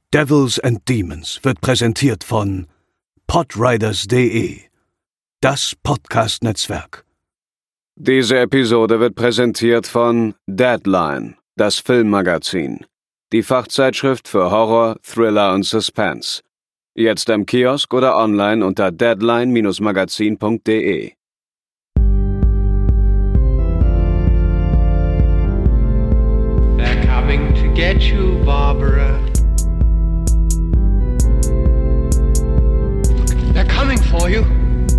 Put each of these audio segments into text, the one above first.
Devils and Demons wird präsentiert von podriders.de, das Podcast-Netzwerk. Diese Episode wird präsentiert von Deadline, das Filmmagazin, die Fachzeitschrift für Horror, Thriller und Suspense. Jetzt im Kiosk oder online unter deadline-magazin.de. They're coming to get you, Barbara. They're coming for you.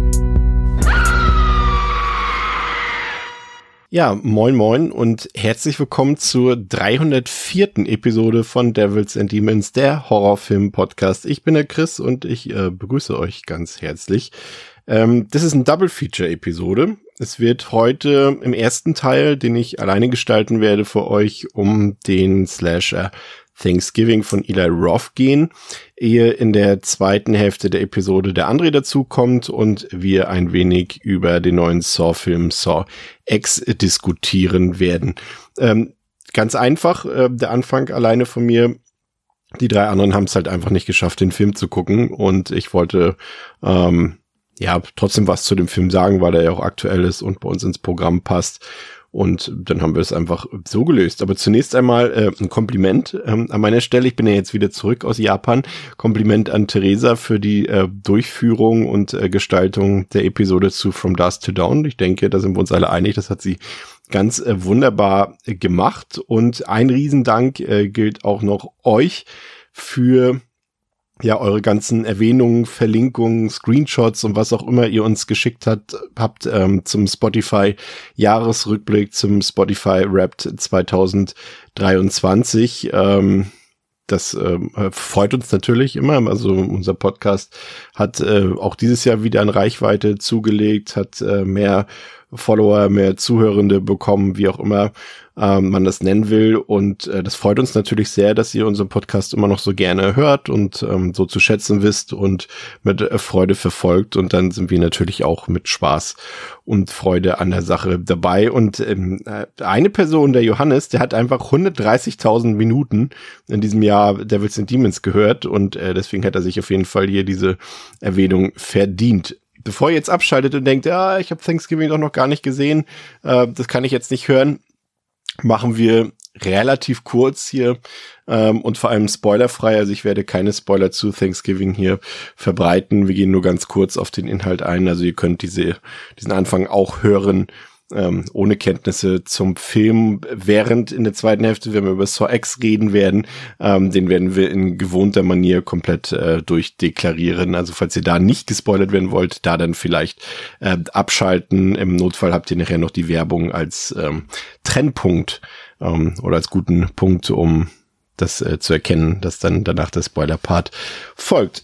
Ja, moin moin und herzlich willkommen zur 304. Episode von Devils and Demons, der Horrorfilm-Podcast. Ich bin der Chris und ich begrüße euch ganz herzlich. Das ist eine Double-Feature-Episode. Es wird heute im ersten Teil, den ich alleine gestalten werde für euch, um den Slasher Thanksgiving von Eli Roth gehen, ehe in der zweiten Hälfte der Episode der André dazukommt und wir ein wenig über den neuen Saw-Film Saw X diskutieren werden. Ganz einfach, der Anfang alleine von mir. Die drei anderen haben es halt einfach nicht geschafft, den Film zu gucken und ich wollte trotzdem was zu dem Film sagen, weil er ja auch aktuell ist und bei uns ins Programm passt. Und dann haben wir es einfach so gelöst. Aber zunächst einmal ein Kompliment an meiner Stelle. Ich bin ja jetzt wieder zurück aus Japan. Kompliment an Theresa für die Durchführung und Gestaltung der Episode zu From Dusk to Dawn. Ich denke, da sind wir uns alle einig. Das hat sie ganz wunderbar gemacht. Und ein Riesendank gilt auch noch euch für eure ganzen Erwähnungen, Verlinkungen, Screenshots und was auch immer ihr uns geschickt habt zum Spotify-Jahresrückblick, zum Spotify-Wrapped 2023. Das freut uns natürlich immer. Also unser Podcast hat auch dieses Jahr wieder an Reichweite zugelegt, hat mehr Follower, mehr Zuhörende bekommen, wie auch immer man das nennen will. Und das freut uns natürlich sehr, dass ihr unseren Podcast immer noch so gerne hört und so zu schätzen wisst und mit Freude verfolgt. Und dann sind wir natürlich auch mit Spaß und Freude an der Sache dabei. Und eine Person, der Johannes, der hat einfach 130.000 Minuten in diesem Jahr Devils and Demons gehört. Und deswegen hat er sich auf jeden Fall hier diese Erwähnung verdient. Bevor ihr jetzt abschaltet und denkt, ich habe Thanksgiving doch noch gar nicht gesehen, das kann ich jetzt nicht hören, machen wir relativ kurz hier und vor allem spoilerfrei. Also ich werde keine Spoiler zu Thanksgiving hier verbreiten. Wir gehen nur ganz kurz auf den Inhalt ein. Also ihr könnt diesen Anfang auch hören, ohne Kenntnisse zum Film, während in der zweiten Hälfte, wenn wir über Saw X reden werden, den werden wir in gewohnter Manier komplett durchdeklarieren. Also falls ihr da nicht gespoilert werden wollt, da dann vielleicht abschalten. Im Notfall habt ihr nachher noch die Werbung als Trennpunkt oder als guten Punkt, um das zu erkennen, dass dann danach der Spoiler-Part folgt.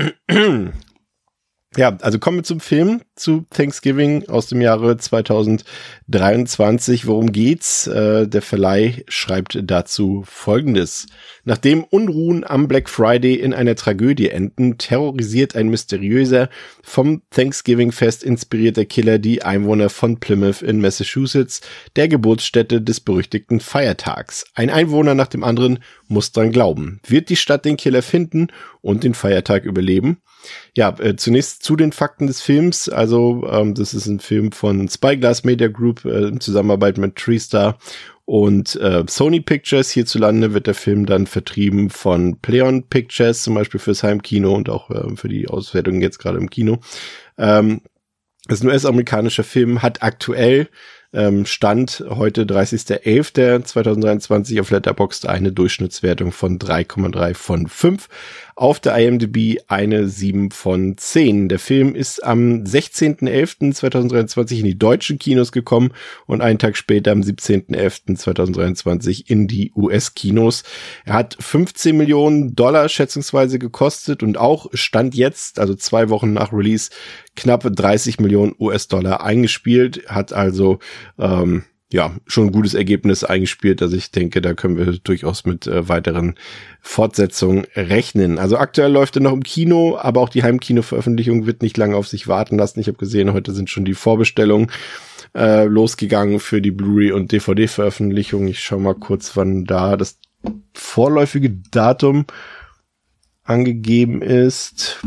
Ja, also kommen wir zum Film, zu Thanksgiving aus dem Jahre 2023. Worum geht's? Der Verleih schreibt dazu Folgendes. Nachdem Unruhen am Black Friday in einer Tragödie enden, terrorisiert ein mysteriöser, vom Thanksgiving-Fest inspirierter Killer die Einwohner von Plymouth in Massachusetts, der Geburtsstätte des berüchtigten Feiertags. Ein Einwohner nach dem anderen muss dran glauben. Wird die Stadt den Killer finden und den Feiertag überleben? Ja, zunächst zu den Fakten des Films. Also das ist ein Film von Spyglass Media Group in Zusammenarbeit mit TreeStar und Sony Pictures. Hierzulande wird der Film dann vertrieben von Pleon Pictures, zum Beispiel fürs Heimkino und auch für die Auswertung jetzt gerade im Kino. Das ist ein US-amerikanischer Film, hat aktuell Stand heute 30.11.2023 auf Letterboxd eine Durchschnittswertung von 3,3 von 5. Auf der IMDb eine 7 von 10. Der Film ist am 16.11.2023 in die deutschen Kinos gekommen und einen Tag später am 17.11.2023 in die US-Kinos. Er hat $15 Millionen schätzungsweise gekostet und auch Stand jetzt, also 2 Wochen nach Release, knapp 30 Millionen US-Dollar eingespielt, hat also schon ein gutes Ergebnis eingespielt. Also ich denke, da können wir durchaus mit weiteren Fortsetzungen rechnen. Also aktuell läuft er noch im Kino, aber auch die Heimkino-Veröffentlichung wird nicht lange auf sich warten lassen. Ich habe gesehen, heute sind schon die Vorbestellungen losgegangen für die Blu-ray und DVD-Veröffentlichung. Ich schaue mal kurz, wann da das vorläufige Datum angegeben ist.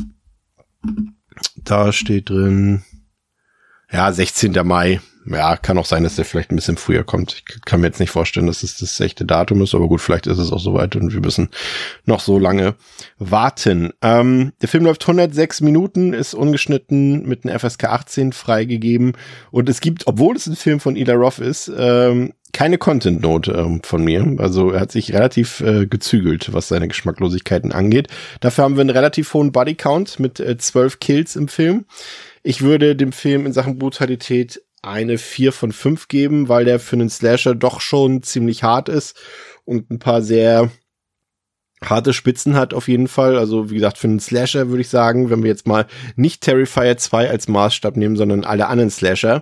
Da steht drin, ja, 16. Mai. Ja, kann auch sein, dass der vielleicht ein bisschen früher kommt. Ich kann mir jetzt nicht vorstellen, dass es das echte Datum ist, aber gut, vielleicht ist es auch soweit und wir müssen noch so lange warten. Der Film läuft 106 Minuten, ist ungeschnitten mit einem FSK 18 freigegeben und es gibt, obwohl es ein Film von Eli Roth ist, keine Content-Note von mir. Also er hat sich relativ gezügelt, was seine Geschmacklosigkeiten angeht. Dafür haben wir einen relativ hohen Bodycount mit 12 Kills im Film. Ich würde dem Film in Sachen Brutalität eine 4 von 5 geben, weil der für einen Slasher doch schon ziemlich hart ist und ein paar sehr harte Spitzen hat auf jeden Fall. Also wie gesagt, für einen Slasher würde ich sagen, wenn wir jetzt mal nicht Terrifier 2 als Maßstab nehmen, sondern alle anderen Slasher,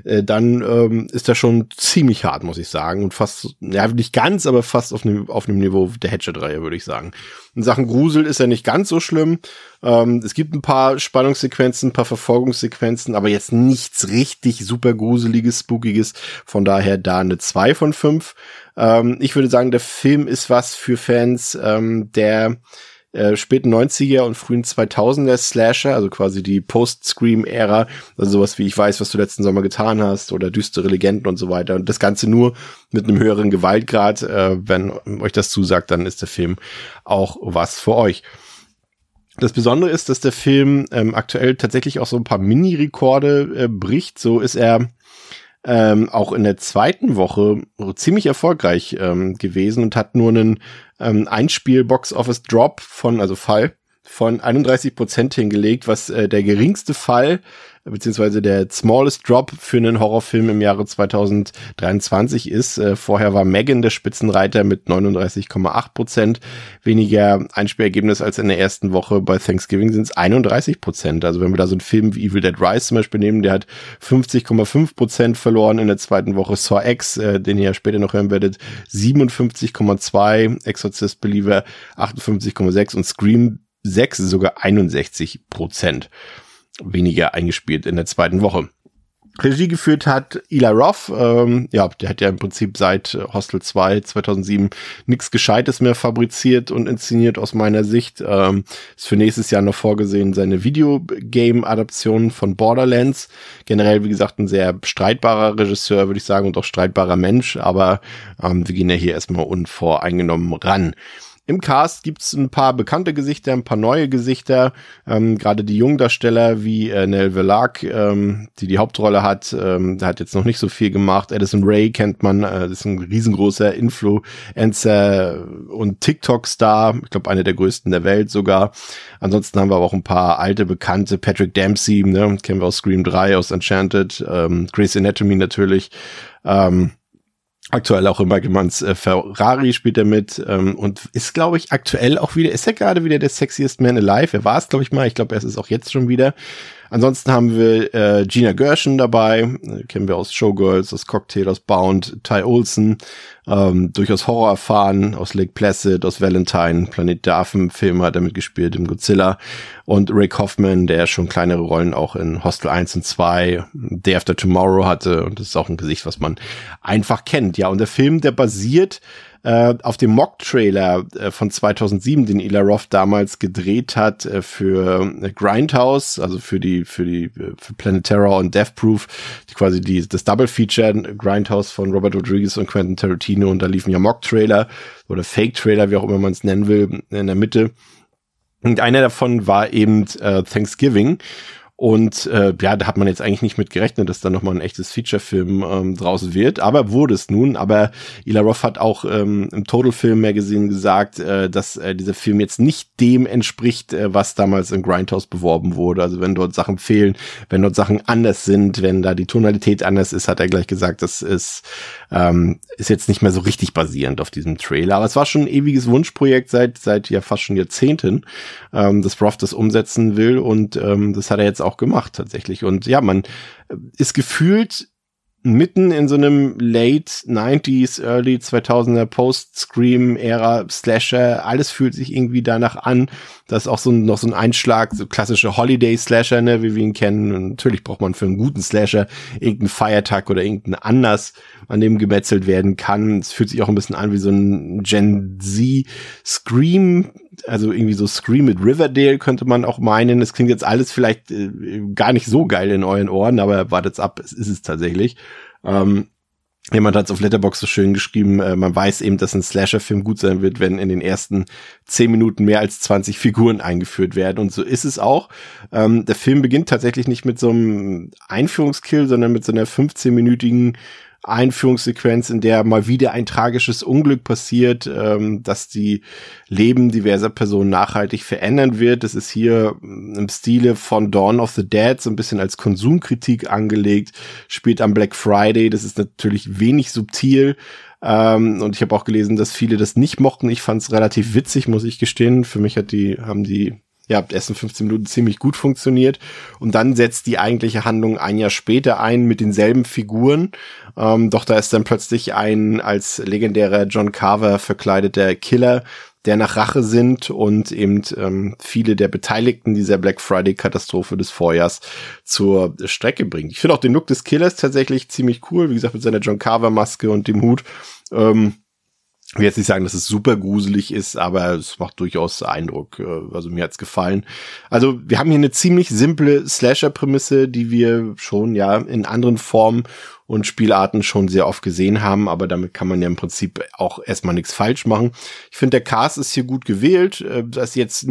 dann ist der schon ziemlich hart, muss ich sagen. Und fast, ja nicht ganz, aber fast auf einem Niveau der Hatchet-Reihe, würde ich sagen. In Sachen Grusel ist er nicht ganz so schlimm. Es gibt ein paar Spannungssequenzen, ein paar Verfolgungssequenzen, aber jetzt nichts richtig super Gruseliges, Spookiges. Von daher da eine 2 von 5. Ich würde sagen, der Film ist was für Fans der späten 90er und frühen 2000er Slasher, also quasi die Post-Scream-Ära, also sowas wie Ich weiß, was du letzten Sommer getan hast oder Düstere Legenden und so weiter. Und das Ganze nur mit einem höheren Gewaltgrad. Wenn euch das zusagt, dann ist der Film auch was für euch. Das Besondere ist, dass der Film aktuell tatsächlich auch so ein paar Mini-Rekorde bricht. So ist er auch in der zweiten Woche ziemlich erfolgreich gewesen und hat nur einen Einspiel-Box-Office-Drop Fall von 31% hingelegt, was der geringste Fall beziehungsweise der smallest Drop für einen Horrorfilm im Jahre 2023 ist. Vorher war Megan der Spitzenreiter mit 39,8%. Weniger Einspielergebnis als in der ersten Woche. Bei Thanksgiving sind es 31%. Also wenn wir da so einen Film wie Evil Dead Rise zum Beispiel nehmen, der hat 50,5% verloren in der zweiten Woche. Saw X, den ihr ja später noch hören werdet, 57,2%. Exorcist Believer 58,6% und Scream 6 sogar 61%. Weniger eingespielt in der zweiten Woche. Regie geführt hat Eli Roth. Der hat ja im Prinzip seit Hostel 2 2007 nichts Gescheites mehr fabriziert und inszeniert aus meiner Sicht. Ist für nächstes Jahr noch vorgesehen seine Videogame-Adaption von Borderlands. Generell, wie gesagt, ein sehr streitbarer Regisseur, würde ich sagen, und auch streitbarer Mensch. Aber wir gehen ja hier erstmal unvoreingenommen ran. Im Cast gibt's ein paar bekannte Gesichter, ein paar neue Gesichter, gerade die Jungdarsteller wie Nell Verlag, die Hauptrolle hat, hat jetzt noch nicht so viel gemacht. Addison Rae kennt man, ist ein riesengroßer Influencer und TikTok-Star, ich glaube einer der größten der Welt sogar. Ansonsten haben wir aber auch ein paar alte Bekannte, Patrick Dempsey, ne, kennen wir aus Scream 3, aus Enchanted, Grey's Anatomy natürlich, aktuell auch in Michael Manns Ferrari spielt er mit und ist, glaube ich, aktuell auch wieder, ist er gerade wieder der sexiest man alive? Er war es, glaube ich mal. Ich glaube, er ist es auch jetzt schon wieder. Ansonsten haben wir Gina Gershon dabei, kennen wir aus Showgirls, aus Cocktail, aus Bound, Ty Olsson, durchaus Horror erfahren, aus Lake Placid, aus Valentine, Planet der Affen, Film hat er mitgespielt, im Godzilla, und Ray Kaufman, der schon kleinere Rollen auch in Hostel 1 und 2, Day After Tomorrow hatte, und das ist auch ein Gesicht, was man einfach kennt. Ja, und der Film, der basiert auf dem Mock-Trailer von 2007, den Eli Roth damals gedreht hat für Grindhouse, also für Planet Terror und Death Proof, quasi das Double-Feature Grindhouse von Robert Rodriguez und Quentin Tarantino, und da liefen ja Mock-Trailer oder Fake-Trailer, wie auch immer man es nennen will, in der Mitte. Und einer davon war eben Thanksgiving. Und da hat man jetzt eigentlich nicht mit gerechnet, dass da nochmal ein echtes Feature-Film draußen wird, aber wurde es nun. Aber Eli Roth hat auch im Total Film Magazine gesagt, dass dieser Film jetzt nicht dem entspricht, was damals in Grindhouse beworben wurde. Also wenn dort Sachen fehlen, wenn dort Sachen anders sind, wenn da die Tonalität anders ist, hat er gleich gesagt, das ist jetzt nicht mehr so richtig basierend auf diesem Trailer. Aber es war schon ein ewiges Wunschprojekt seit ja fast schon Jahrzehnten, dass Roth das umsetzen will, und das hat er jetzt auch gemacht tatsächlich. Und ja, man ist gefühlt mitten in so einem Late 90s, Early 2000er Post-Scream-Ära Slasher. Alles fühlt sich irgendwie danach an. Das ist auch noch so ein Einschlag, so klassische Holiday-Slasher, ne, wie wir ihn kennen. Und natürlich braucht man für einen guten Slasher irgendeinen Feiertag oder irgendeinen Anlass, an dem gemetzelt werden kann. Es fühlt sich auch ein bisschen an wie so ein Gen Z Scream Also irgendwie so Scream mit Riverdale könnte man auch meinen. Das klingt jetzt alles vielleicht gar nicht so geil in euren Ohren, aber wartet's ab, es ist es tatsächlich. Jemand hat es auf Letterboxd so schön geschrieben, man weiß eben, dass ein Slasher-Film gut sein wird, wenn in den ersten 10 Minuten mehr als 20 Figuren eingeführt werden. Und so ist es auch. Der Film beginnt tatsächlich nicht mit so einem Einführungskill, sondern mit so einer 15-minütigen Einführungssequenz, in der mal wieder ein tragisches Unglück passiert, dass die Leben diverser Personen nachhaltig verändern wird. Das ist hier im Stile von Dawn of the Dead so ein bisschen als Konsumkritik angelegt, spielt am Black Friday. Das ist natürlich wenig subtil. Und ich habe auch gelesen, dass viele das nicht mochten. Ich fand es relativ witzig, muss ich gestehen. Für mich haben die ersten 15 Minuten ziemlich gut funktioniert. Und dann setzt die eigentliche Handlung ein Jahr später ein mit denselben Figuren. Doch da ist dann plötzlich ein als legendärer John Carver verkleideter Killer, der nach Rache sinnt und eben viele der Beteiligten dieser Black Friday-Katastrophe des Vorjahrs zur Strecke bringt. Ich finde auch den Look des Killers tatsächlich ziemlich cool. Wie gesagt, mit seiner John Carver-Maske und dem Hut. Ich will jetzt nicht sagen, dass es super gruselig ist, aber es macht durchaus Eindruck. Also mir hat's gefallen. Also wir haben hier eine ziemlich simple Slasher-Prämisse, die wir schon in anderen Formen und Spielarten schon sehr oft gesehen haben, aber damit kann man ja im Prinzip auch erstmal nichts falsch machen. Ich finde, der Cast ist hier gut gewählt. Da ist jetzt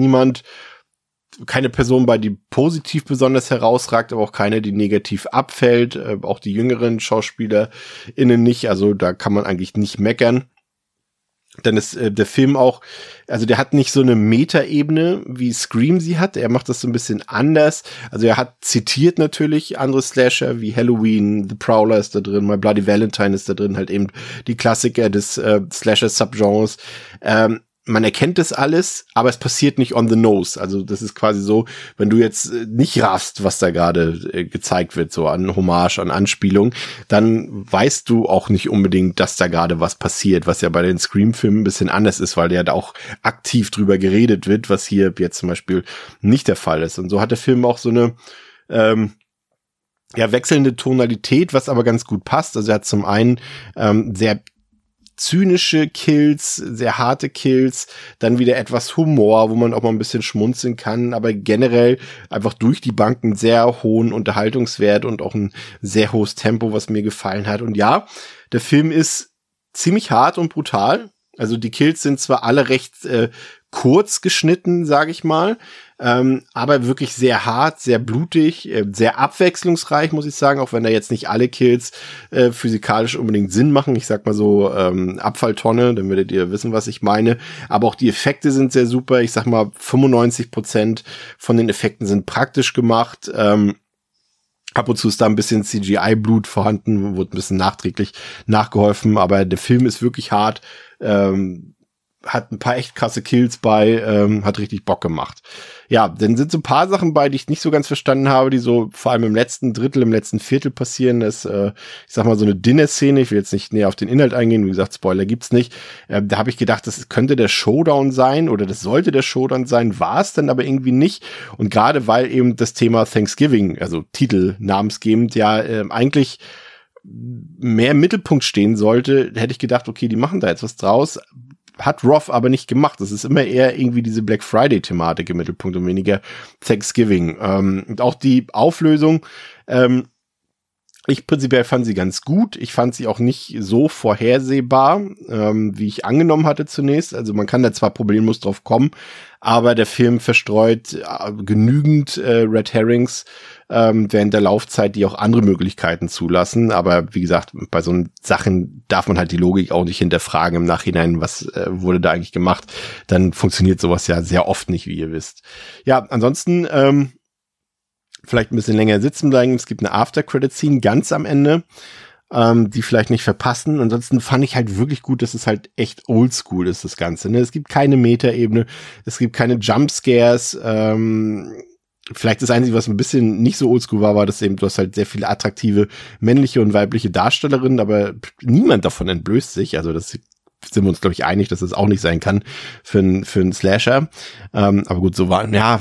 keine Person bei, die positiv besonders herausragt, aber auch keine, die negativ abfällt. Auch die jüngeren SchauspielerInnen nicht. Also da kann man eigentlich nicht meckern. Dann ist der Film auch, also der hat nicht so eine Metaebene, wie Scream sie hat. Er macht das so ein bisschen anders. Also er hat zitiert natürlich andere Slasher wie Halloween, The Prowler ist da drin, My Bloody Valentine ist da drin, halt eben die Klassiker des Slasher-Subgenres. Man erkennt das alles, aber es passiert nicht on the nose. Also das ist quasi so, wenn du jetzt nicht raffst, was da gerade gezeigt wird, so an Hommage, an Anspielung, dann weißt du auch nicht unbedingt, dass da gerade was passiert, was ja bei den Scream-Filmen ein bisschen anders ist, weil ja da auch aktiv drüber geredet wird, was hier jetzt zum Beispiel nicht der Fall ist. Und so hat der Film auch so eine wechselnde Tonalität, was aber ganz gut passt. Also er hat zum einen sehr zynische Kills, sehr harte Kills, dann wieder etwas Humor, wo man auch mal ein bisschen schmunzeln kann, aber generell einfach durch die Bank einen sehr hohen Unterhaltungswert und auch ein sehr hohes Tempo, was mir gefallen hat. Und ja, der Film ist ziemlich hart und brutal. Also die Kills sind zwar alle recht kurz geschnitten, sage ich mal, aber wirklich sehr hart, sehr blutig, sehr abwechslungsreich, muss ich sagen, auch wenn da jetzt nicht alle Kills physikalisch unbedingt Sinn machen. Ich sag mal so Abfalltonne, dann werdet ihr wissen, was ich meine. Aber auch die Effekte sind sehr super. Ich sag mal, 95% von den Effekten sind praktisch gemacht. Ab und zu ist da ein bisschen CGI-Blut vorhanden, wurde ein bisschen nachträglich nachgeholfen, aber der Film ist wirklich hart, hat ein paar echt krasse Kills bei, hat richtig Bock gemacht. Ja, dann sind so ein paar Sachen bei, die ich nicht so ganz verstanden habe, die so vor allem im letzten Drittel, im letzten Viertel passieren. Das, ich sag mal, so eine Dinner-Szene, ich will jetzt nicht näher auf den Inhalt eingehen, wie gesagt, Spoiler gibt's nicht. Da habe ich gedacht, das könnte der Showdown sein oder das sollte der Showdown sein, war es dann aber irgendwie nicht. Und gerade weil eben das Thema Thanksgiving, also Titel namensgebend, ja eigentlich mehr im Mittelpunkt stehen sollte, hätte ich gedacht, okay, die machen da jetzt was draus. Hat Roth aber nicht gemacht. Das ist immer eher irgendwie diese Black Friday-Thematik im Mittelpunkt und weniger Thanksgiving. Und auch die Auflösung, ich prinzipiell fand sie ganz gut. Ich fand sie auch nicht so vorhersehbar, wie ich angenommen hatte zunächst. Also man kann da zwar problemlos drauf kommen, aber der Film verstreut genügend Red Herrings während der Laufzeit, die auch andere Möglichkeiten zulassen. Aber wie gesagt, bei so Sachen darf man halt die Logik auch nicht hinterfragen im Nachhinein, was wurde da eigentlich gemacht. Dann funktioniert sowas ja sehr oft nicht, wie ihr wisst. Ja, ansonsten vielleicht ein bisschen länger sitzen bleiben. Es gibt eine After-Credit-Scene ganz am Ende, die vielleicht nicht verpassen. Ansonsten fand ich halt wirklich gut, dass es halt echt oldschool ist, das Ganze. Ne? Es gibt keine Meta-Ebene, es gibt keine Jumpscares. Vielleicht das Einzige, was ein bisschen nicht so oldschool war, dass eben du hast halt sehr viele attraktive männliche und weibliche Darstellerinnen, aber niemand davon entblößt sich. Also das sind wir uns, glaube ich, einig, dass das auch nicht sein kann für einen Slasher. Aber gut, so war, ja,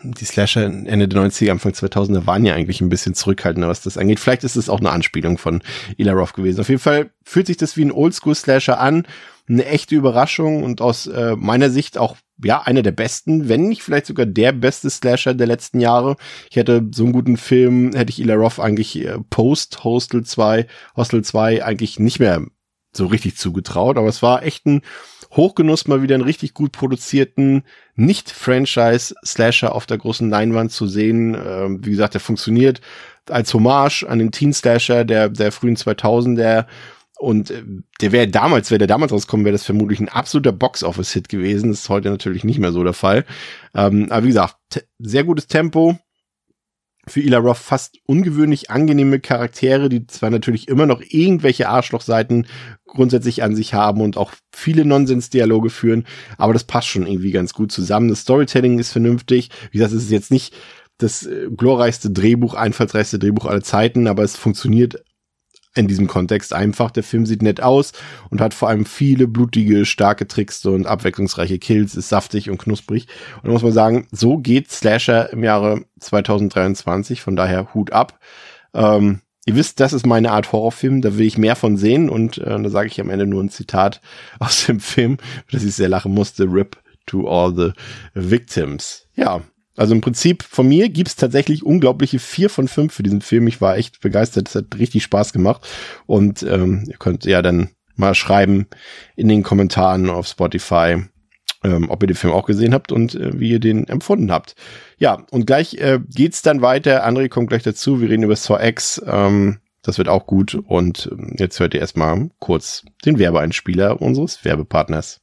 die Slasher Ende der 90er, Anfang 2000er waren ja eigentlich ein bisschen zurückhaltender, was das angeht. Vielleicht ist es auch eine Anspielung von Eli Roth gewesen. Auf jeden Fall fühlt sich das wie ein Oldschool-Slasher an. Eine echte Überraschung und aus meiner Sicht auch einer der besten, wenn nicht vielleicht sogar der beste Slasher der letzten Jahre. Ich hätte so einen guten Film, hätte ich Eli Roth eigentlich post Hostel 2 eigentlich nicht mehr so richtig zugetraut, aber es war echt ein Hochgenuss, mal wieder einen richtig gut produzierten, nicht Franchise-Slasher auf der großen Leinwand zu sehen. Wie gesagt, der funktioniert als Hommage an den Teen-Slasher der frühen 2000er. Und wäre der damals rausgekommen, wäre das vermutlich ein absoluter Box-Office-Hit gewesen. Das ist heute natürlich nicht mehr so der Fall. Aber wie gesagt, sehr gutes Tempo. Für Eli Roth fast ungewöhnlich angenehme Charaktere, die zwar natürlich immer noch irgendwelche Arschlochseiten grundsätzlich an sich haben und auch viele Nonsens-Dialoge führen, aber das passt schon irgendwie ganz gut zusammen. Das Storytelling ist vernünftig. Wie gesagt, es ist jetzt nicht das glorreichste Drehbuch, einfallsreichste Drehbuch aller Zeiten, aber es funktioniert in diesem Kontext einfach. Der Film sieht nett aus und hat vor allem viele blutige, starke Tricks und abwechslungsreiche Kills, ist saftig und knusprig. Und da muss man sagen, so geht Slasher im Jahre 2023, von daher Hut ab. Ihr wisst, das ist meine Art Horrorfilm, da will ich mehr von sehen und da sage ich am Ende nur ein Zitat aus dem Film, dass ich sehr lachen musste, RIP to all the victims. Ja, also im Prinzip von mir gibt's tatsächlich unglaubliche 4 von 5 für diesen Film. Ich war echt begeistert, es hat richtig Spaß gemacht und ihr könnt ja dann mal schreiben in den Kommentaren auf Spotify, ob ihr den Film auch gesehen habt und wie ihr den empfunden habt. Ja, und gleich geht's dann weiter. André kommt gleich dazu. Wir reden über Saw X. Das wird auch gut. Und jetzt hört ihr erstmal kurz den Werbeeinspieler unseres Werbepartners.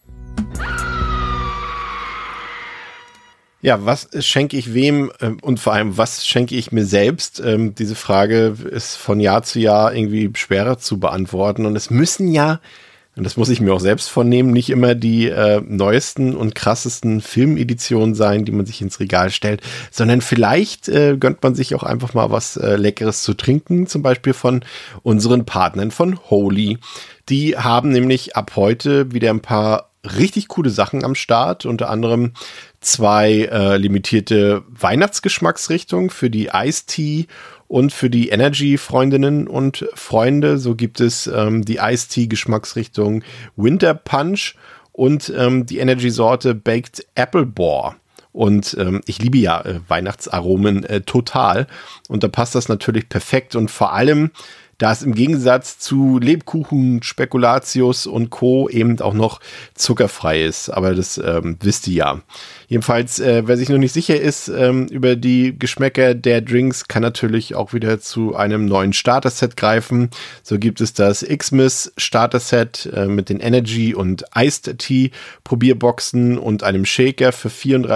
Ja, was schenke ich wem und vor allem, was schenke ich mir selbst? Diese Frage ist von Jahr zu Jahr irgendwie schwerer zu beantworten. Und es müssen ja, und das muss ich mir auch selbst vornehmen, nicht immer die neuesten und krassesten Filmeditionen sein, die man sich ins Regal stellt, sondern vielleicht gönnt man sich auch einfach mal was Leckeres zu trinken, zum Beispiel von unseren Partnern von Holy. Die haben nämlich ab heute wieder ein paar richtig coole Sachen am Start, unter anderem 2 limitierte Weihnachtsgeschmacksrichtungen für die Iced Tea und für die Energy-Freundinnen und Freunde. So gibt es die Iced Tea Geschmacksrichtung Winter Punch und die Energy-Sorte Baked Apple Boar. Und ich liebe ja Weihnachtsaromen total. Und da passt das natürlich perfekt. Und vor allem, da es im Gegensatz zu Lebkuchen, Spekulatius und Co. eben auch noch zuckerfrei ist. Aber das wisst ihr ja. Jedenfalls, wer sich noch nicht sicher ist über die Geschmäcker der Drinks, kann natürlich auch wieder zu einem neuen Starter-Set greifen. So gibt es das Xmas Starter-Set mit den Energy und Iced Tea Probierboxen und einem Shaker für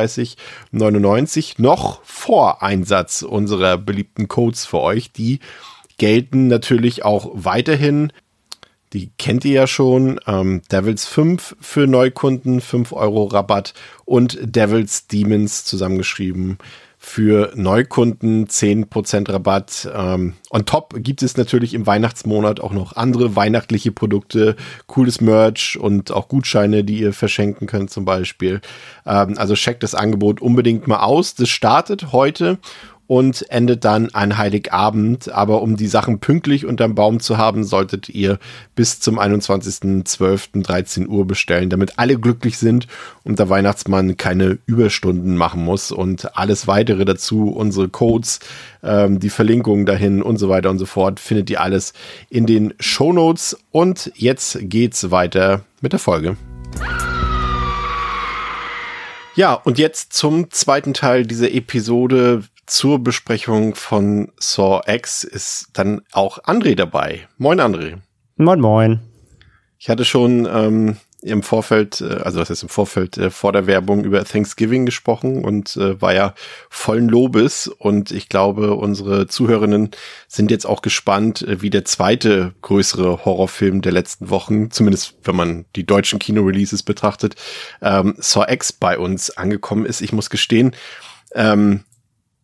34,99 noch vor Einsatz unserer beliebten Codes für euch, die gelten natürlich auch weiterhin. Die kennt ihr ja schon. Devils 5 für Neukunden, 5 € Rabatt und Devils Demons zusammengeschrieben für Neukunden 10% Rabatt. On top gibt es natürlich im Weihnachtsmonat auch noch andere weihnachtliche Produkte, cooles Merch und auch Gutscheine, die ihr verschenken könnt zum Beispiel. Also checkt das Angebot unbedingt mal aus. Das startet heute und endet dann an Heiligabend. Aber um die Sachen pünktlich unterm Baum zu haben, solltet ihr bis zum 21.12. 13 Uhr bestellen, damit alle glücklich sind und der Weihnachtsmann keine Überstunden machen muss. Und alles weitere dazu, unsere Codes, die Verlinkungen dahin und so weiter und so fort, findet ihr alles in den Shownotes. Und jetzt geht's weiter mit der Folge. Ja, und jetzt zum zweiten Teil dieser Episode. Zur Besprechung von Saw X ist dann auch André dabei. Moin, André. Moin, moin. Ich hatte schon im Vorfeld, also was heißt im Vorfeld, vor der Werbung über Thanksgiving gesprochen und war ja vollen Lobes. Und ich glaube, unsere Zuhörerinnen sind jetzt auch gespannt, wie der zweite größere Horrorfilm der letzten Wochen, zumindest wenn man die deutschen Kino-Releases betrachtet, Saw X bei uns angekommen ist. Ich muss gestehen,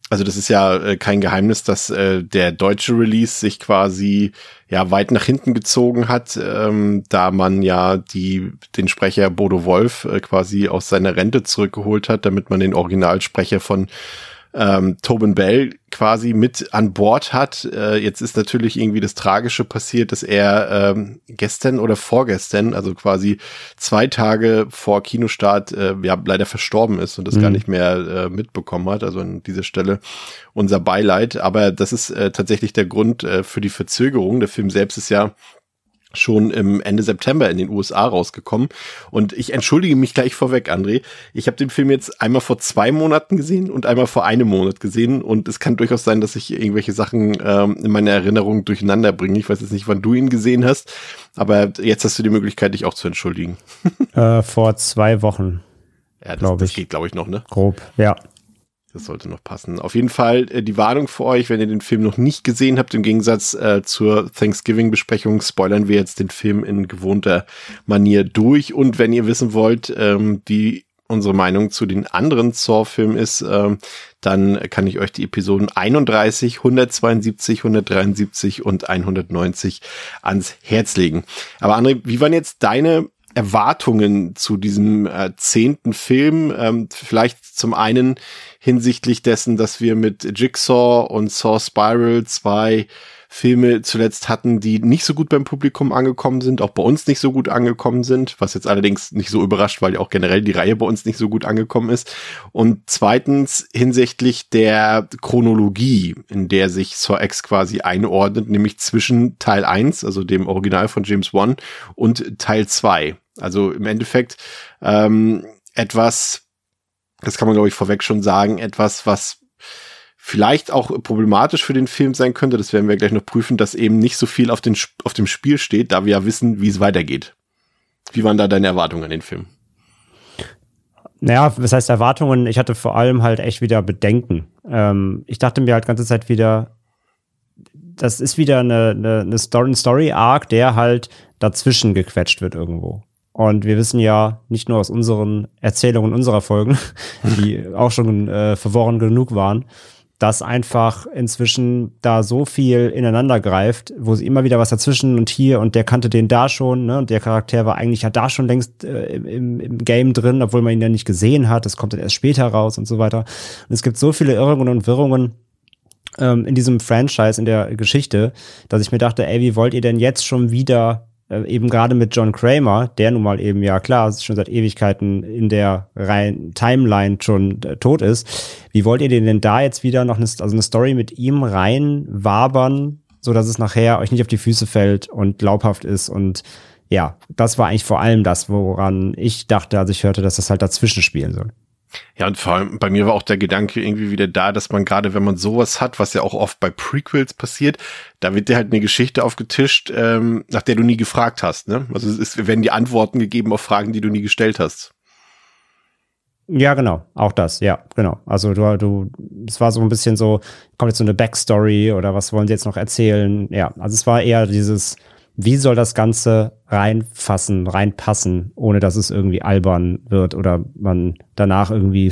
Also das ist ja kein Geheimnis, dass der deutsche Release sich quasi ja weit nach hinten gezogen hat, da man ja den Sprecher Bodo Wolf quasi aus seiner Rente zurückgeholt hat, damit man den Originalsprecher von Tobin Bell quasi mit an Bord hat. Jetzt ist natürlich irgendwie das Tragische passiert, dass er gestern oder vorgestern, also quasi 2 Tage vor Kinostart, leider verstorben ist und das gar nicht mehr mitbekommen hat. Also an dieser Stelle unser Beileid. Aber das ist tatsächlich der Grund für die Verzögerung. Der Film selbst ist ja schon im Ende September in den USA rausgekommen. Und ich entschuldige mich gleich vorweg, André. Ich habe den Film jetzt einmal vor 2 Monaten gesehen und einmal vor 1 Monat gesehen. Und es kann durchaus sein, dass ich irgendwelche Sachen in meiner Erinnerung durcheinander bringe. Ich weiß jetzt nicht, wann du ihn gesehen hast, aber jetzt hast du die Möglichkeit, dich auch zu entschuldigen. Vor 2 Wochen. Ja, das geht, glaube ich, noch, ne? Grob, ja. Das sollte noch passen. Auf jeden Fall die Warnung für euch, wenn ihr den Film noch nicht gesehen habt, im Gegensatz zur Thanksgiving-Besprechung spoilern wir jetzt den Film in gewohnter Manier durch. Und wenn ihr wissen wollt, wie unsere Meinung zu den anderen Saw-Filmen ist, dann kann ich euch die Episoden 31, 172, 173 und 190 ans Herz legen. Aber André, wie waren jetzt deine Erwartungen zu diesem 10. Film? Vielleicht zum einen hinsichtlich dessen, dass wir mit Jigsaw und Saw Spiral 2 Filme zuletzt hatten, die nicht so gut beim Publikum angekommen sind, auch bei uns nicht so gut angekommen sind, was jetzt allerdings nicht so überrascht, weil ja auch generell die Reihe bei uns nicht so gut angekommen ist. Und zweitens hinsichtlich der Chronologie, in der sich Saw X quasi einordnet, nämlich zwischen Teil 1, also dem Original von James Wan, und Teil 2. Also im Endeffekt etwas, das kann man glaube ich vorweg schon sagen, etwas, was vielleicht auch problematisch für den Film sein könnte, das werden wir gleich noch prüfen, dass eben nicht so viel auf dem Spiel steht, da wir ja wissen, wie es weitergeht. Wie waren da deine Erwartungen an den Film? Naja, was heißt Erwartungen? Ich hatte vor allem halt echt wieder Bedenken. Ich dachte mir halt die ganze Zeit wieder, das ist wieder eine Story-Arc, der halt dazwischen gequetscht wird irgendwo. Und wir wissen ja nicht nur aus unseren Erzählungen unserer Folgen, die auch schon verworren genug waren, dass einfach inzwischen da so viel ineinander greift, wo sie immer wieder was dazwischen und hier und der kannte den da schon, ne? Und der Charakter war eigentlich ja da schon längst im Game drin, obwohl man ihn ja nicht gesehen hat. Das kommt dann erst später raus und so weiter. Und es gibt so viele Irrungen und Wirrungen in diesem Franchise, in der Geschichte, dass ich mir dachte, ey, wie wollt ihr denn jetzt schon wieder eben gerade mit John Kramer, der nun mal eben, ja klar, schon seit Ewigkeiten in der Timeline schon tot ist, wie wollt ihr denn da jetzt wieder noch eine Story mit ihm reinwabern, so dass es nachher euch nicht auf die Füße fällt und glaubhaft ist? Und ja, das war eigentlich vor allem das, woran ich dachte, als ich hörte, dass das halt dazwischen spielen soll. Ja, und vor allem bei mir war auch der Gedanke irgendwie wieder da, dass man gerade, wenn man sowas hat, was ja auch oft bei Prequels passiert, da wird dir halt eine Geschichte aufgetischt, nach der du nie gefragt hast, ne? Also es werden die Antworten gegeben auf Fragen, die du nie gestellt hast. Ja, genau, auch das, ja, genau. Also es war so ein bisschen so, kommt jetzt so eine Backstory oder was wollen sie jetzt noch erzählen? Ja, also es war eher dieses, wie soll das Ganze reinpassen, ohne dass es irgendwie albern wird oder man danach irgendwie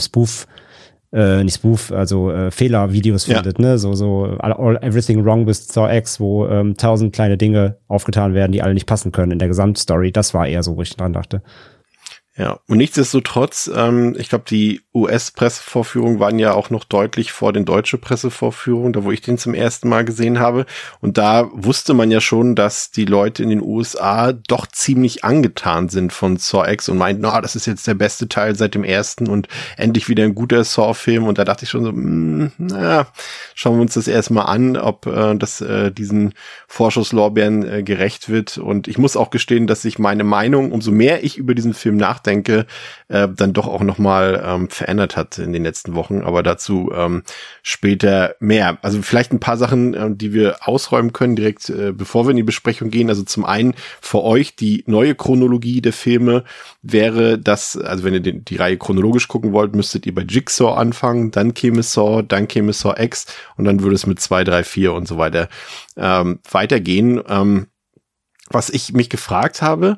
Fehlervideos findet, ne? So Everything Wrong with Saw X, wo 1000 kleine Dinge aufgetan werden, die alle nicht passen können in der Gesamtstory. Das war eher so, wo ich dran dachte. Ja, und nichtsdestotrotz, ich glaube, die US-Pressevorführungen waren ja auch noch deutlich vor den deutschen Pressevorführungen, da wo ich den zum ersten Mal gesehen habe. Und da wusste man ja schon, dass die Leute in den USA doch ziemlich angetan sind von Saw X und meinten, das ist jetzt der beste Teil seit dem ersten und endlich wieder ein guter Saw-Film. Und da dachte ich schon so, schauen wir uns das erstmal an, ob das diesen Vorschusslorbeeren gerecht wird. Und ich muss auch gestehen, dass sich meine Meinung, umso mehr ich über diesen Film nachdenke, dann doch auch nochmal verändert hat in den letzten Wochen, aber dazu später mehr. Also vielleicht ein paar Sachen, die wir ausräumen können, direkt bevor wir in die Besprechung gehen. Also zum einen für euch die neue Chronologie der Filme wäre das, also wenn ihr die Reihe chronologisch gucken wollt, müsstet ihr bei Jigsaw anfangen, dann käme Saw, dann käme Saw X und dann würde es mit 2, 3, 4 und so weiter weitergehen. Was ich mich gefragt habe,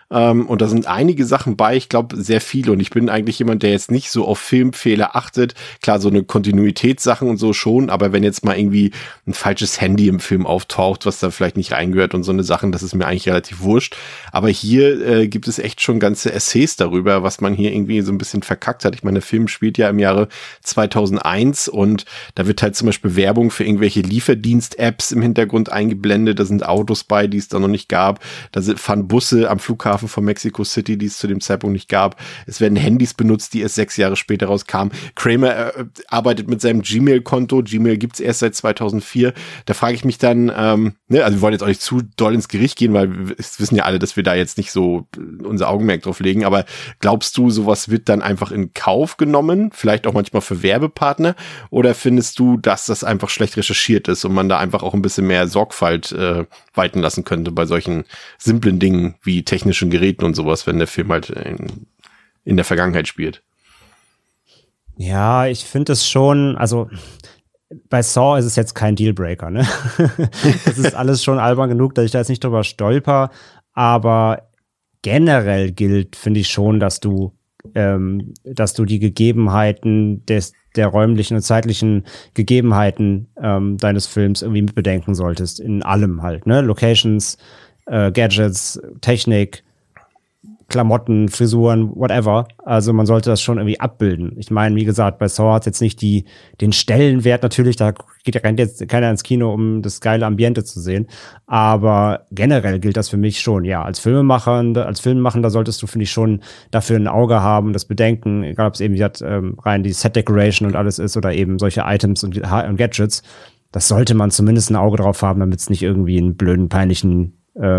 Und da sind einige Sachen bei, ich glaube sehr viele. Und ich bin eigentlich jemand, der jetzt nicht so auf Filmfehler achtet. Klar, so eine Kontinuitätssachen und so schon, aber wenn jetzt mal irgendwie ein falsches Handy im Film auftaucht, was da vielleicht nicht reingehört und so eine Sachen, das ist mir eigentlich relativ wurscht. Aber hier gibt es echt schon ganze Essays darüber, was man hier irgendwie so ein bisschen verkackt hat. Ich meine, der Film spielt ja im Jahre 2001 und da wird halt zum Beispiel Werbung für irgendwelche Lieferdienst-Apps im Hintergrund eingeblendet. Da sind Autos bei, die es da noch nicht gab. Da fahren Busse am Flughafen von Mexico City, die es zu dem Zeitpunkt nicht gab. Es werden Handys benutzt, die erst 6 Jahre später rauskamen. Kramer arbeitet mit seinem Gmail-Konto. Gmail gibt's erst seit 2004. Da frage ich mich dann, also wir wollen jetzt auch nicht zu doll ins Gericht gehen, weil es wissen ja alle, dass wir da jetzt nicht so unser Augenmerk drauf legen. Aber glaubst du, sowas wird dann einfach in Kauf genommen? Vielleicht auch manchmal für Werbepartner? Oder findest du, dass das einfach schlecht recherchiert ist und man da einfach auch ein bisschen mehr Sorgfalt walten lassen könnte bei solchen simplen Dingen wie technischen Geräten und sowas, wenn der Film halt in der Vergangenheit spielt? Ja, ich finde es schon, also bei Saw ist es jetzt kein Dealbreaker, ne? Das ist alles schon albern genug, dass ich da jetzt nicht drüber stolper, aber generell gilt, finde ich schon, dass du die Gegebenheiten der räumlichen und zeitlichen Gegebenheiten deines Films irgendwie mitbedenken solltest, in allem halt, ne? Locations, Gadgets, Technik, Klamotten, Frisuren, whatever. Also man sollte das schon irgendwie abbilden. Ich meine, wie gesagt, bei Saw hat es jetzt nicht den Stellenwert natürlich, da rennt jetzt keiner ins Kino, um das geile Ambiente zu sehen. Aber generell gilt das für mich schon. Ja, als Filmemacher solltest du, finde ich, schon dafür ein Auge haben, das bedenken, egal ob es eben rein die Set-Decoration und alles ist oder eben solche Items und Gadgets. Das sollte man zumindest ein Auge drauf haben, damit es nicht irgendwie einen blöden, peinlichen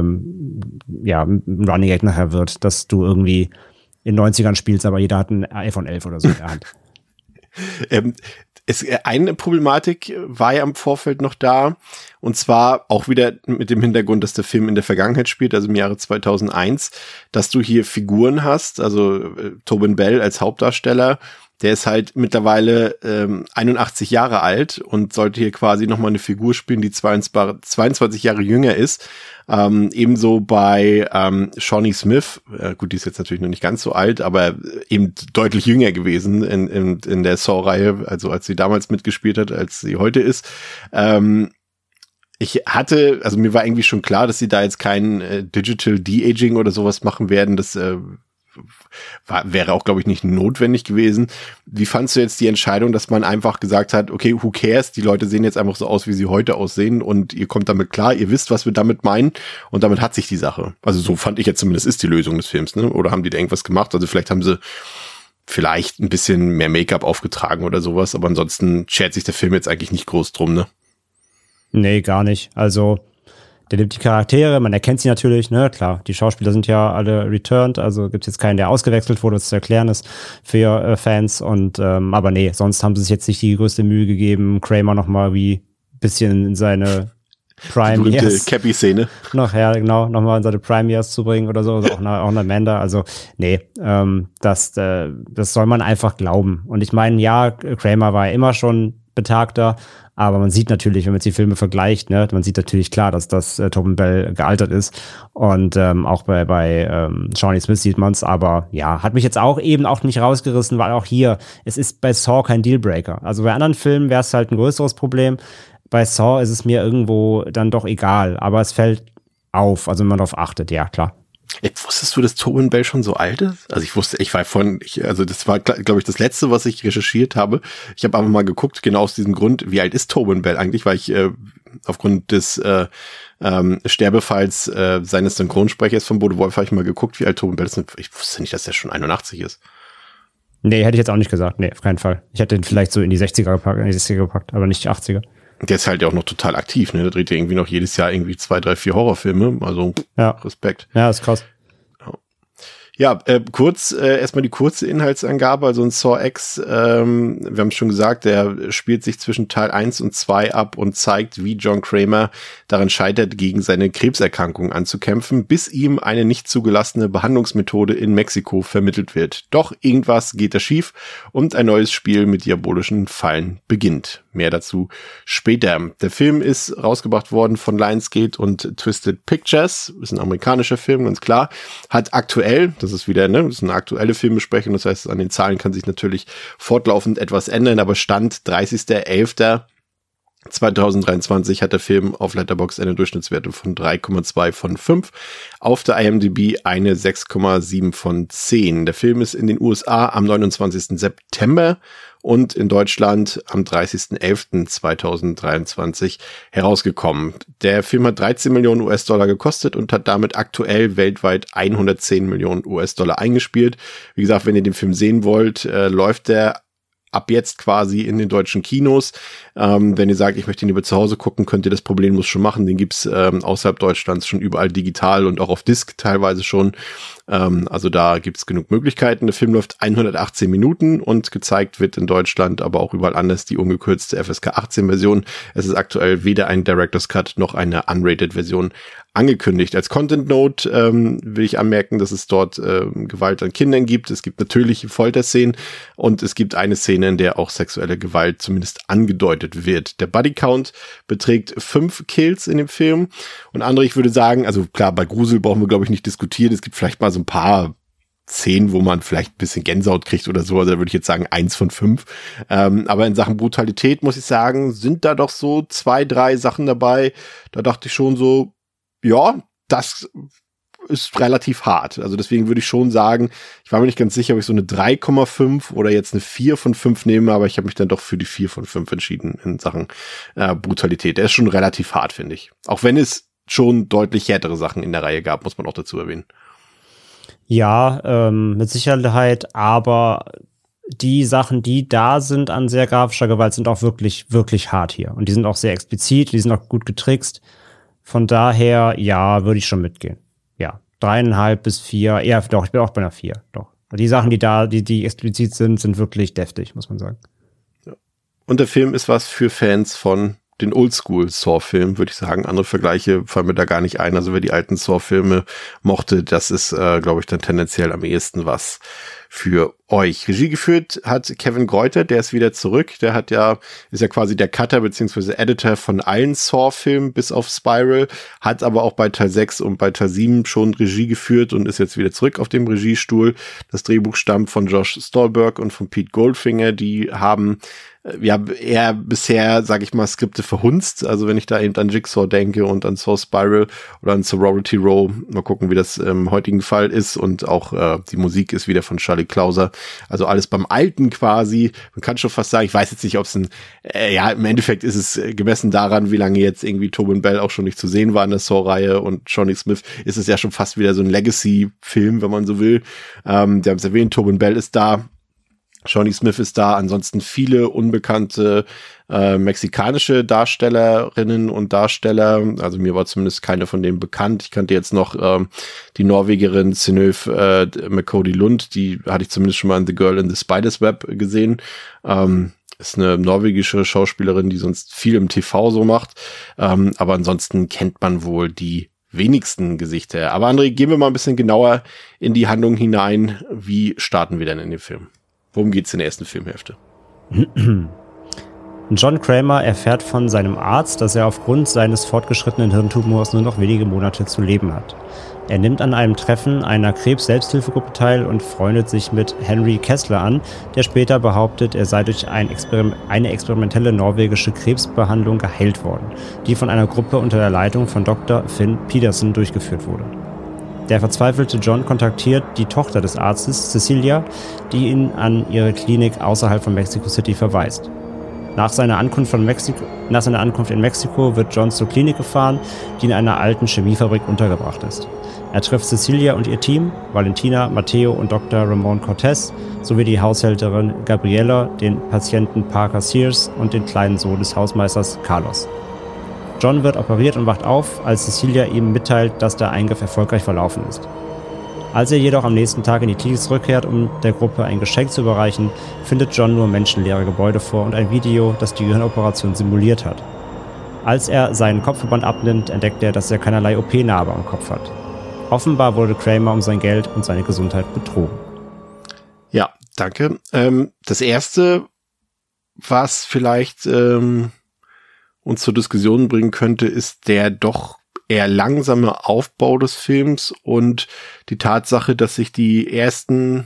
ein Running Gag nachher wird, dass du irgendwie in 90ern spielst, aber jeder hat ein iPhone 11 oder so in der Hand. Eine Problematik war ja im Vorfeld noch da, und zwar auch wieder mit dem Hintergrund, dass der Film in der Vergangenheit spielt, also im Jahre 2001, dass du hier Figuren hast, also Tobin Bell als Hauptdarsteller, der ist halt mittlerweile 81 Jahre alt und sollte hier quasi nochmal eine Figur spielen, die 22 Jahre jünger ist. Ebenso bei Shawnee Smith, gut, die ist jetzt natürlich noch nicht ganz so alt, aber eben deutlich jünger gewesen in der Saw-Reihe, also als sie damals mitgespielt hat, als sie heute ist. Mir war irgendwie schon klar, dass sie da jetzt kein Digital De-Aging oder sowas machen werden, das wäre auch, glaube ich, nicht notwendig gewesen. Wie fandst du jetzt die Entscheidung, dass man einfach gesagt hat, okay, who cares, die Leute sehen jetzt einfach so aus, wie sie heute aussehen und ihr kommt damit klar, ihr wisst, was wir damit meinen und damit hat sich die Sache. Also so fand ich jetzt zumindest, ist die Lösung des Films, ne? Oder haben die da irgendwas gemacht? Also vielleicht haben sie ein bisschen mehr Make-up aufgetragen oder sowas, aber ansonsten schert sich der Film jetzt eigentlich nicht groß drum, ne? Nee, gar nicht. Also der nimmt die Charaktere, man erkennt sie natürlich, ne, klar, die Schauspieler sind ja alle returned, also gibt es jetzt keinen, der ausgewechselt wurde, was zu erklären ist für Fans und aber nee, sonst haben sie sich jetzt nicht die größte Mühe gegeben, Kramer nochmal wie bisschen in seine Prime Years. Cappy-Szene. Nochmal in seine Prime Years zu bringen oder so, also auch eine Amanda, also nee, das soll man einfach glauben. Und ich meine, ja, Kramer war ja immer schon betagter, aber man sieht natürlich, wenn man jetzt die Filme vergleicht, ne, man sieht natürlich klar, dass das Tobin Bell gealtert ist und auch bei Shawnee Smith sieht man es, aber ja, hat mich jetzt auch nicht rausgerissen, weil auch hier, es ist bei Saw kein Dealbreaker. Also bei anderen Filmen wäre es halt ein größeres Problem. Bei Saw ist es mir irgendwo dann doch egal, aber es fällt auf, also wenn man darauf achtet, ja, klar. Wusstest du, dass Tobin Bell schon so alt ist? Also das war, glaube ich, das Letzte, was ich recherchiert habe. Ich habe einfach mal geguckt, genau aus diesem Grund, wie alt ist Tobin Bell eigentlich, weil ich aufgrund des Sterbefalls seines Synchronsprechers von Bodo Wolf habe ich mal geguckt, wie alt Tobin Bell ist. Ich wusste nicht, dass der schon 81 ist. Nee, hätte ich jetzt auch nicht gesagt. Nee, auf keinen Fall. Ich hätte ihn vielleicht so in die 60er gepackt, aber nicht die 80er. Der ist halt ja auch noch total aktiv, ne? Der dreht ja irgendwie noch jedes Jahr irgendwie 2, 3, 4 Horrorfilme. Also ja. Respekt. Ja, ist krass. Ja, erstmal die kurze Inhaltsangabe, also ein Saw X, wir haben es schon gesagt, der spielt sich zwischen Teil 1 und 2 ab und zeigt, wie John Kramer daran scheitert, gegen seine Krebserkrankung anzukämpfen, bis ihm eine nicht zugelassene Behandlungsmethode in Mexiko vermittelt wird. Doch irgendwas geht da schief und ein neues Spiel mit diabolischen Fallen beginnt. mehr dazu später. Der Film ist rausgebracht worden von Lionsgate und Twisted Pictures. Ist ein amerikanischer Film, ganz klar. Hat aktuell, das ist wieder, das ist eine aktuelle Filmbesprechung, das heißt, an den Zahlen kann sich natürlich fortlaufend etwas ändern, aber Stand 30.11.2023 hat der Film auf Letterboxd eine Durchschnittswerte von 3,2 von 5. Auf der IMDb eine 6,7 von 10. Der Film ist in den USA am 29. September und in Deutschland am 30.11.2023 herausgekommen. Der Film hat 13 Millionen US-Dollar gekostet und hat damit aktuell weltweit 110 Millionen US-Dollar eingespielt. Wie gesagt, wenn ihr den Film sehen wollt, läuft der ab jetzt quasi in den deutschen Kinos. Wenn ihr sagt, ich möchte ihn lieber zu Hause gucken, könnt ihr das problemlos schon machen. Den gibt's außerhalb Deutschlands schon überall digital und auch auf Disc teilweise schon. Also da gibt's genug Möglichkeiten. Der Film läuft 118 Minuten und gezeigt wird in Deutschland, aber auch überall anders die ungekürzte FSK 18 Version. Es ist aktuell weder ein Director's Cut noch eine unrated Version angekündigt. Als Content Note will ich anmerken, dass es dort Gewalt an Kindern gibt. Es gibt natürlich Folterszenen und es gibt eine Szene, in der auch sexuelle Gewalt zumindest angedeutet wird. Der Bodycount beträgt 5 Kills in dem Film. Und André, ich würde sagen, also klar, bei Grusel brauchen wir, glaube ich, nicht diskutieren. Es gibt vielleicht mal so ein paar Szenen, wo man vielleicht ein bisschen Gänsehaut kriegt oder so. Also da würde ich jetzt sagen 1 von 5. Aber in Sachen Brutalität, muss ich sagen, sind da doch so 2, 3 Sachen dabei. Da dachte ich schon so, ja, das ist relativ hart. Also deswegen würde ich schon sagen, ich war mir nicht ganz sicher, ob ich so eine 3,5 oder jetzt eine 4 von 5 nehme, aber ich habe mich dann doch für die 4 von 5 entschieden in Sachen Brutalität. Der ist schon relativ hart, finde ich. Auch wenn es schon deutlich härtere Sachen in der Reihe gab, muss man auch dazu erwähnen. Ja, mit Sicherheit, aber die Sachen, die da sind an sehr grafischer Gewalt, sind auch wirklich, wirklich hart hier. Und die sind auch sehr explizit, die sind auch gut getrickst. Von daher, ja, würde ich schon mitgehen. Ja, 3,5 bis 4, eher, doch, ich bin auch bei einer 4, doch. Die Sachen, die explizit sind wirklich deftig, muss man sagen. Ja. Und der Film ist was für Fans von den Oldschool-Saw-Filmen, würde ich sagen. Andere Vergleiche fallen mir da gar nicht ein. Also wer die alten Saw-Filme mochte, das ist, glaube ich, dann tendenziell am ehesten was für euch. Regie geführt hat Kevin Greuter, der ist wieder zurück. Der ist ja quasi der Cutter bzw. Editor von allen Saw-Filmen bis auf Spiral, hat aber auch bei Teil 6 und bei Teil 7 schon Regie geführt und ist jetzt wieder zurück auf dem Regiestuhl. Das Drehbuch stammt von Josh Stolberg und von Pete Goldfinger. Die haben eher bisher, sage ich mal, Skripte verhunzt. Also wenn ich da eben an Jigsaw denke und an Saw Spiral oder an Sorority Row, mal gucken, wie das im heutigen Fall ist. Und auch die Musik ist wieder von Charlie Clouser. Also alles beim Alten quasi. Man kann schon fast sagen, ich weiß jetzt nicht, ob es im Endeffekt ist es gemessen daran, wie lange jetzt irgendwie Tobin Bell auch schon nicht zu sehen war in der Saw-Reihe und Johnny Smith, ist es ja schon fast wieder so ein Legacy-Film, wenn man so will. Die haben es erwähnt, Tobin Bell ist da. Johnny Smith ist da, ansonsten viele unbekannte mexikanische Darstellerinnen und Darsteller, also mir war zumindest keine von denen bekannt. Ich kannte jetzt noch die Norwegerin Synnøve McCody Lund, die hatte ich zumindest schon mal in The Girl in the Spider's Web gesehen. Ist eine norwegische Schauspielerin, die sonst viel im TV so macht, aber ansonsten kennt man wohl die wenigsten Gesichter. Aber André, gehen wir mal ein bisschen genauer in die Handlung hinein. Wie starten wir denn in den Film? Worum geht's in der ersten Filmhälfte? John Kramer erfährt von seinem Arzt, dass er aufgrund seines fortgeschrittenen Hirntumors nur noch wenige Monate zu leben hat. Er nimmt an einem Treffen einer Krebs-Selbsthilfegruppe teil und freundet sich mit Henry Kessler an, der später behauptet, er sei durch eine experimentelle norwegische Krebsbehandlung geheilt worden, die von einer Gruppe unter der Leitung von Dr. Finn Peterson durchgeführt wurde. Der verzweifelte John kontaktiert die Tochter des Arztes, Cecilia, die ihn an ihre Klinik außerhalb von Mexico City verweist. Nach seiner Ankunft in Mexiko wird John zur Klinik gefahren, die in einer alten Chemiefabrik untergebracht ist. Er trifft Cecilia und ihr Team, Valentina, Matteo und Dr. Ramon Cortez, sowie die Haushälterin Gabriela, den Patienten Parker Sears und den kleinen Sohn des Hausmeisters Carlos. John wird operiert und wacht auf, als Cecilia ihm mitteilt, dass der Eingriff erfolgreich verlaufen ist. Als er jedoch am nächsten Tag in die Klinik zurückkehrt, um der Gruppe ein Geschenk zu überreichen, findet John nur menschenleere Gebäude vor und ein Video, das die Gehirnoperation simuliert hat. Als er seinen Kopfverband abnimmt, entdeckt er, dass er keinerlei OP-Narbe am Kopf hat. Offenbar wurde Kramer um sein Geld und seine Gesundheit betrogen. Ja, danke. Das erste, was vielleicht uns zur Diskussion bringen könnte, ist der doch eher langsame Aufbau des Films und die Tatsache, dass sich die ersten,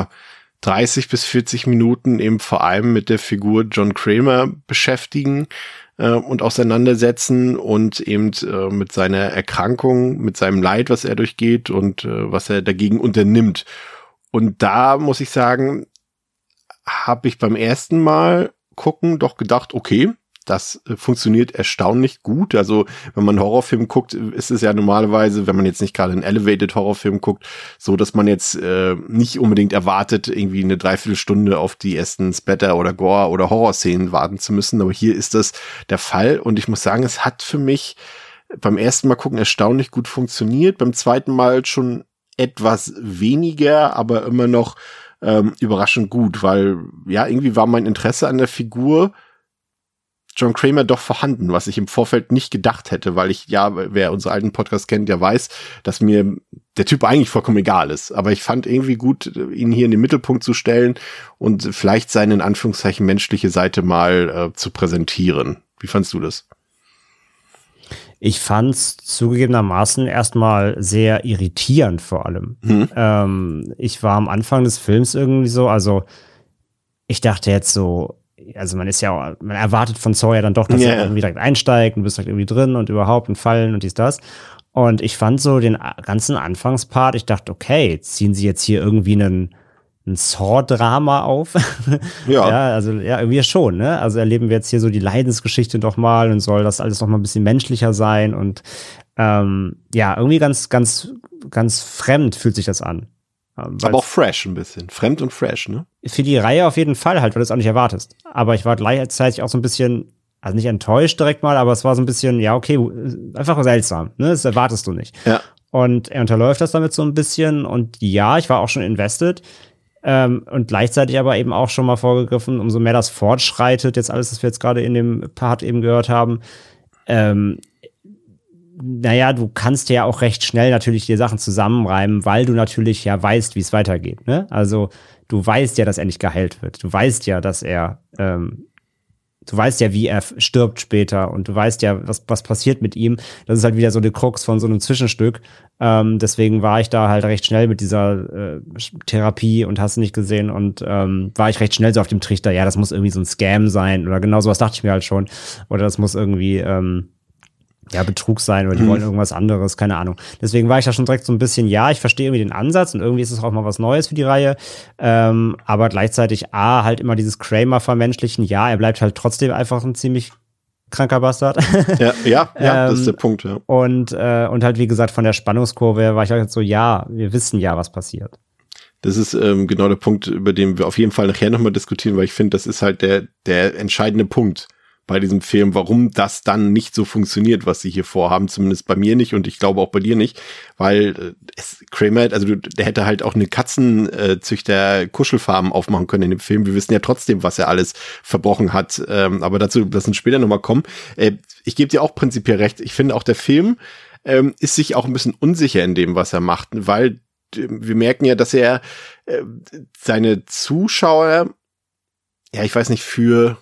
30 bis 40 Minuten eben vor allem mit der Figur John Kramer beschäftigen und auseinandersetzen und eben mit seiner Erkrankung, mit seinem Leid, was er durchgeht und was er dagegen unternimmt. Und da muss ich sagen, habe ich beim ersten Mal gucken doch gedacht, okay, das funktioniert erstaunlich gut. Also wenn man einen Horrorfilm guckt, ist es ja normalerweise, wenn man jetzt nicht gerade einen Elevated-Horrorfilm guckt, so, dass man jetzt nicht unbedingt erwartet, irgendwie eine Dreiviertelstunde auf die ersten Splatter- oder Gore- oder Horrorszenen warten zu müssen. Aber hier ist das der Fall. Und ich muss sagen, es hat für mich beim ersten Mal gucken erstaunlich gut funktioniert. Beim zweiten Mal schon etwas weniger, aber immer noch überraschend gut, weil ja, irgendwie war mein Interesse an der Figur John Kramer doch vorhanden, was ich im Vorfeld nicht gedacht hätte, weil ich, wer unsere alten Podcasts kennt, der weiß, dass mir der Typ eigentlich vollkommen egal ist. Aber ich fand irgendwie gut, ihn hier in den Mittelpunkt zu stellen und vielleicht seine, in Anführungszeichen, menschliche Seite mal zu präsentieren. Wie fandst du das? Ich fand's zugegebenermaßen erstmal sehr irritierend vor allem. Ich war am Anfang des Films irgendwie so, also ich dachte jetzt so, also man erwartet von Sawyer dann doch, dass er irgendwie direkt einsteigt und bist direkt irgendwie drin und überhaupt und fallen und dies, das. Und ich fand so den ganzen Anfangspart, ich dachte, okay, ziehen sie jetzt hier irgendwie ein Saw-Drama auf? Irgendwie schon, ne? Also erleben wir jetzt hier so die Leidensgeschichte doch mal und soll das alles noch mal ein bisschen menschlicher sein und irgendwie ganz, ganz, ganz fremd fühlt sich das an. Aber auch fresh ein bisschen. Fremd und fresh, ne? Für die Reihe auf jeden Fall halt, weil du es auch nicht erwartest. Aber ich war gleichzeitig auch so ein bisschen, also nicht enttäuscht direkt mal, aber es war so ein bisschen, ja, okay, einfach seltsam, ne? Das erwartest du nicht. Ja. Und er unterläuft das damit so ein bisschen und ja, ich war auch schon invested. Und gleichzeitig aber eben auch schon mal vorgegriffen, umso mehr das fortschreitet, jetzt alles, was wir jetzt gerade in dem Part eben gehört haben, du kannst ja auch recht schnell natürlich die Sachen zusammenreimen, weil du natürlich ja weißt, wie es weitergeht, ne? Also du weißt ja, dass er nicht geheilt wird. Du weißt ja, dass er, du weißt ja, wie er stirbt später und du weißt ja, was passiert mit ihm. Das ist halt wieder so eine Krux von so einem Zwischenstück. Deswegen war ich da halt recht schnell mit dieser Therapie und hast du nicht gesehen und war ich recht schnell so auf dem Trichter, ja, das muss irgendwie so ein Scam sein oder genau sowas dachte ich mir halt schon. Oder das muss irgendwie Betrug sein oder die wollen irgendwas anderes, keine Ahnung. Deswegen war ich da schon direkt so ein bisschen, ich verstehe irgendwie den Ansatz und irgendwie ist es auch mal was Neues für die Reihe, aber gleichzeitig halt immer dieses Kramer vermenschlichen, er bleibt halt trotzdem einfach ein ziemlich kranker Bastard. Das ist der Punkt, ja. Und halt, wie gesagt, von der Spannungskurve war ich halt so, wir wissen ja, was passiert. Das ist genau der Punkt, über den wir auf jeden Fall nachher nochmal diskutieren, weil ich finde, das ist halt der entscheidende Punkt bei diesem Film, warum das dann nicht so funktioniert, was sie hier vorhaben, zumindest bei mir nicht und ich glaube auch bei dir nicht, weil Kramer, der hätte halt auch eine Katzenzüchter-Kuschelfarm aufmachen können in dem Film. Wir wissen ja trotzdem, was er alles verbrochen hat, aber dazu lass uns später nochmal kommen. Ich gebe dir auch prinzipiell recht. Ich finde auch, der Film ist sich auch ein bisschen unsicher in dem, was er macht, weil wir merken ja, dass er seine Zuschauer, ich weiß nicht, für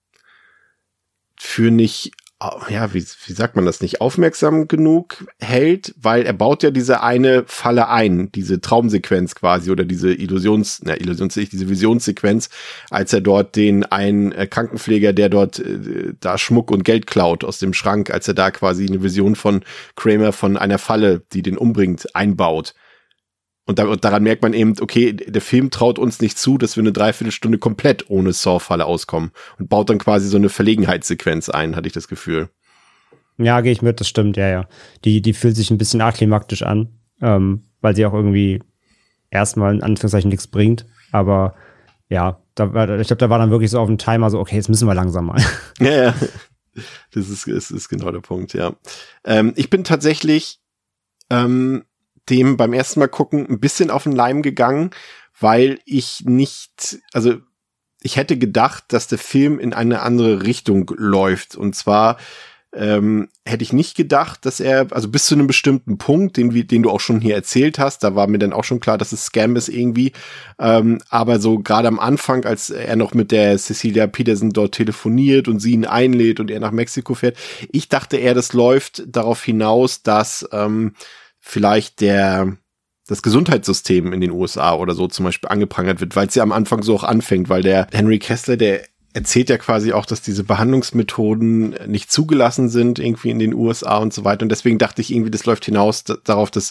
nicht, wie sagt man das, nicht aufmerksam genug hält, weil er baut ja diese eine Falle ein, diese Traumsequenz quasi oder diese diese Visionssequenz, als er dort den einen Krankenpfleger, der dort da Schmuck und Geld klaut aus dem Schrank, als er da quasi eine Vision von Kramer von einer Falle, die den umbringt, einbaut. Und daran merkt man eben, okay, der Film traut uns nicht zu, dass wir eine Dreiviertelstunde komplett ohne Saw-Falle auskommen und baut dann quasi so eine Verlegenheitssequenz ein, hatte ich das Gefühl. Ja, gehe ich mit, das stimmt, ja. Die fühlt sich ein bisschen aklimaktisch an, weil sie auch irgendwie erstmal in Anführungszeichen nichts bringt. Aber ich glaube, da war dann wirklich so auf dem Timer so, okay, jetzt müssen wir langsam mal. Ja. Das ist genau der Punkt, ja. Ich bin tatsächlich dem beim ersten Mal gucken ein bisschen auf den Leim gegangen, weil ich hätte gedacht, dass der Film in eine andere Richtung läuft. Und zwar hätte ich nicht gedacht, dass er, also bis zu einem bestimmten Punkt, den du auch schon hier erzählt hast, da war mir dann auch schon klar, dass es Scam ist irgendwie, aber so gerade am Anfang, als er noch mit der Cecilia Peterson dort telefoniert und sie ihn einlädt und er nach Mexiko fährt, ich dachte eher, das läuft darauf hinaus, dass vielleicht das Gesundheitssystem in den USA oder so zum Beispiel angeprangert wird, weil es ja am Anfang so auch anfängt, weil der Henry Kessler, der erzählt ja quasi auch, dass diese Behandlungsmethoden nicht zugelassen sind irgendwie in den USA und so weiter. Und deswegen dachte ich irgendwie, das läuft hinaus darauf, dass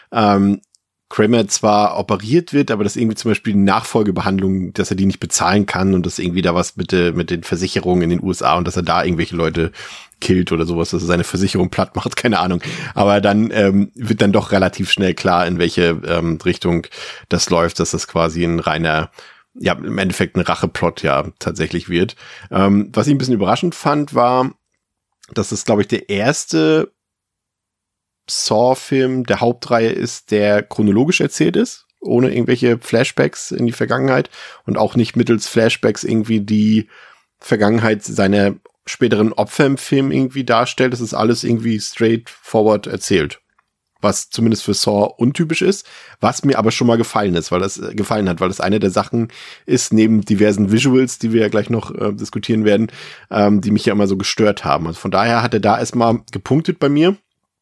Kramer zwar operiert wird, aber dass irgendwie zum Beispiel die Nachfolgebehandlung, dass er die nicht bezahlen kann und dass irgendwie da was mit den Versicherungen in den USA und dass er da irgendwelche Leute killt oder sowas, dass er seine Versicherung platt macht, keine Ahnung. Aber dann wird dann doch relativ schnell klar, in welche Richtung das läuft, dass das quasi ein reiner, ja, im Endeffekt ein Racheplot ja tatsächlich wird. Was ich ein bisschen überraschend fand, war, dass es, glaube ich, der erste Saw-Film der Hauptreihe ist, der chronologisch erzählt ist, ohne irgendwelche Flashbacks in die Vergangenheit und auch nicht mittels Flashbacks irgendwie die Vergangenheit seiner späteren Opfer im Film irgendwie darstellt. Das ist alles irgendwie straightforward erzählt. Was zumindest für Saw untypisch ist, was mir aber schon mal gefallen hat, weil das eine der Sachen ist, neben diversen Visuals, die wir ja gleich noch diskutieren werden, die mich ja immer so gestört haben. Also von daher hat er da erstmal gepunktet bei mir.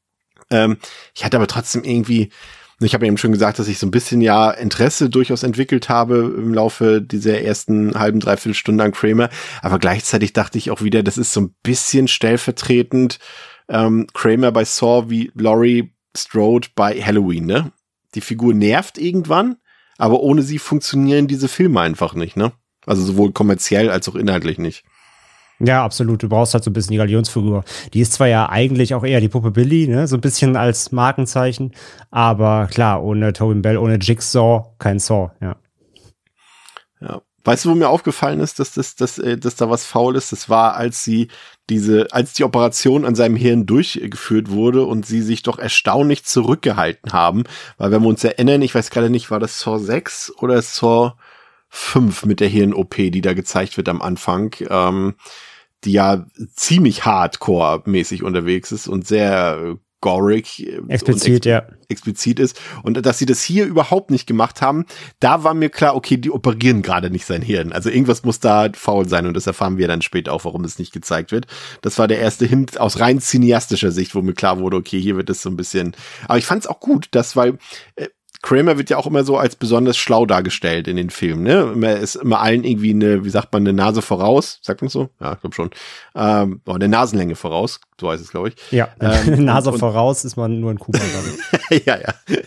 Ich hatte aber trotzdem irgendwie, ich habe ja eben schon gesagt, dass ich so ein bisschen ja Interesse durchaus entwickelt habe im Laufe dieser ersten halben, dreiviertel Stunde an Kramer, aber gleichzeitig dachte ich auch wieder, das ist so ein bisschen stellvertretend Kramer bei Saw wie Laurie Strode bei Halloween, ne? Die Figur nervt irgendwann, aber ohne sie funktionieren diese Filme einfach nicht, ne? Also sowohl kommerziell als auch inhaltlich nicht. Ja, absolut. Du brauchst halt so ein bisschen die Galionsfigur. Die ist zwar ja eigentlich auch eher die Puppe Billy, ne? So ein bisschen als Markenzeichen, aber klar, ohne Tobin Bell, ohne Jigsaw, kein Saw, ja. Ja. Weißt du, wo mir aufgefallen ist, dass da was faul ist? Das war, als die Operation an seinem Hirn durchgeführt wurde und sie sich doch erstaunlich zurückgehalten haben. Weil wenn wir uns erinnern, ich weiß gerade nicht, war das Saw 6 oder Saw 5 mit der Hirn-OP, die da gezeigt wird am Anfang, die ja ziemlich hardcore-mäßig unterwegs ist und sehr gorig explizit, ja. Explizit ist. Und dass sie das hier überhaupt nicht gemacht haben, da war mir klar, okay, die operieren gerade nicht sein Hirn. Also irgendwas muss da faul sein und das erfahren wir dann später auch, warum es nicht gezeigt wird. Das war der erste Hint aus rein cineastischer Sicht, wo mir klar wurde, okay, hier wird es so ein bisschen, aber ich fand es auch gut, weil Kramer wird ja auch immer so als besonders schlau dargestellt in den Filmen, ne? Ist immer allen irgendwie eine Nase voraus, sagt man so? Ja, ich glaube schon. Eine Nasenlänge voraus, so heißt es, glaube ich. Ja, Nase voraus ist man nur in Kuba dann. Ja.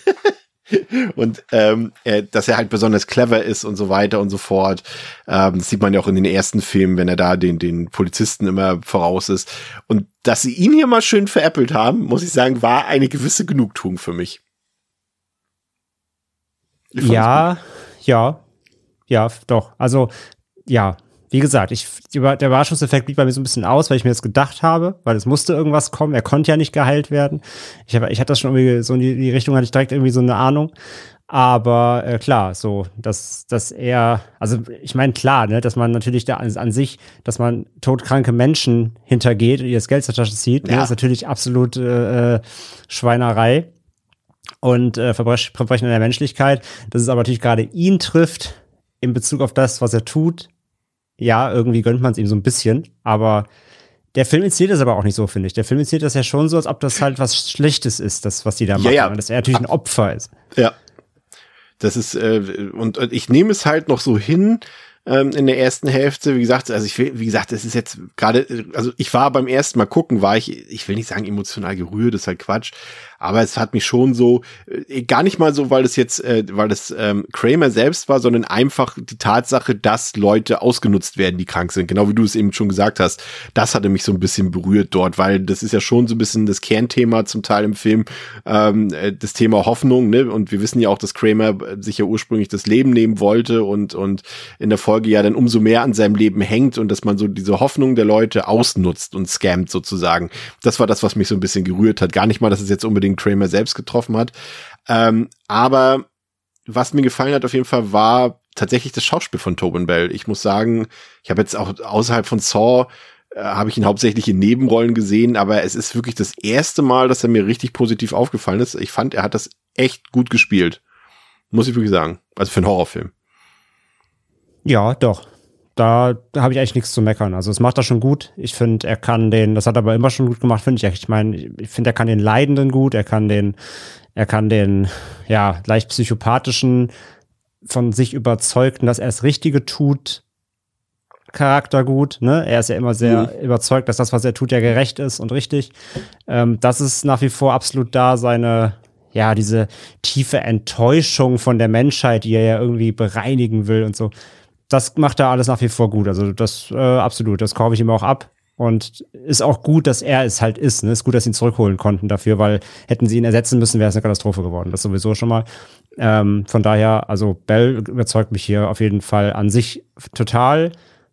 Und dass er halt besonders clever ist und so weiter und so fort. Das sieht man ja auch in den ersten Filmen, wenn er da den Polizisten immer voraus ist. Und dass sie ihn hier mal schön veräppelt haben, muss ich sagen, war eine gewisse Genugtuung für mich. Ja, doch. Also, ja, wie gesagt, der Überraschungseffekt blieb bei mir so ein bisschen aus, weil ich mir das gedacht habe, weil es musste irgendwas kommen. Er konnte ja nicht geheilt werden. Ich hatte das schon irgendwie so in die Richtung, hatte ich direkt irgendwie so eine Ahnung. Aber klar, so, dass er, also ich meine, klar, ne, dass man natürlich da an sich, dass man todkranke Menschen hintergeht und ihr das Geld zur Tasche zieht, ja. Ne, ist natürlich absolut Schweinerei. Und Verbrechen an der Menschlichkeit, dass es aber natürlich gerade ihn trifft in Bezug auf das, was er tut. Ja, irgendwie gönnt man es ihm so ein bisschen, aber der Film inszeniert das aber auch nicht so, finde ich. Der Film inszeniert das ja schon so, als ob das halt was Schlechtes ist, das, was die da machen, und dass er natürlich ein Opfer ist. Ja, das ist, und ich nehme es halt noch so hin, in der ersten Hälfte, wie gesagt, es ist jetzt gerade, also ich war beim ersten Mal gucken, ich will nicht sagen emotional gerührt, das ist halt Quatsch, aber es hat mich schon so, gar nicht mal so, weil das Kramer selbst war, sondern einfach die Tatsache, dass Leute ausgenutzt werden, die krank sind, genau wie du es eben schon gesagt hast, das hatte mich so ein bisschen berührt dort, weil das ist ja schon so ein bisschen das Kernthema zum Teil im Film, das Thema Hoffnung, ne, und wir wissen ja auch, dass Kramer sich ja ursprünglich das Leben nehmen wollte und in der Folge ja dann umso mehr an seinem Leben hängt und dass man so diese Hoffnung der Leute ausnutzt und scammt sozusagen. Das war das, was mich so ein bisschen gerührt hat. Gar nicht mal, dass es jetzt unbedingt Kramer selbst getroffen hat. Aber was mir gefallen hat auf jeden Fall war tatsächlich das Schauspiel von Tobin Bell. Ich muss sagen, ich habe jetzt auch außerhalb von Saw habe ich ihn hauptsächlich in Nebenrollen gesehen, aber es ist wirklich das erste Mal, dass er mir richtig positiv aufgefallen ist. Ich fand, er hat das echt gut gespielt. Muss ich wirklich sagen. Also für einen Horrorfilm. Ja, doch. Da habe ich eigentlich nichts zu meckern. Also es macht er schon gut. Ich finde, er kann das hat er aber immer schon gut gemacht, finde ich. Ich meine, ich finde, er kann den Leidenden gut, er kann den, ja, leicht psychopathischen, von sich überzeugten, dass er das Richtige tut, Charakter gut, ne? Er ist ja immer sehr überzeugt, dass das, was er tut, ja gerecht ist und richtig. Das ist nach wie vor absolut da, diese tiefe Enttäuschung von der Menschheit, die er ja irgendwie bereinigen will und so. Das macht er alles nach wie vor gut. Also das absolut, das kaufe ich ihm auch ab. Und ist auch gut, dass er es halt ist. Ne? Ist gut, dass sie ihn zurückholen konnten dafür, weil hätten sie ihn ersetzen müssen, wäre es eine Katastrophe geworden. Das sowieso schon mal. Von daher, also Bell überzeugt mich hier auf jeden Fall an sich total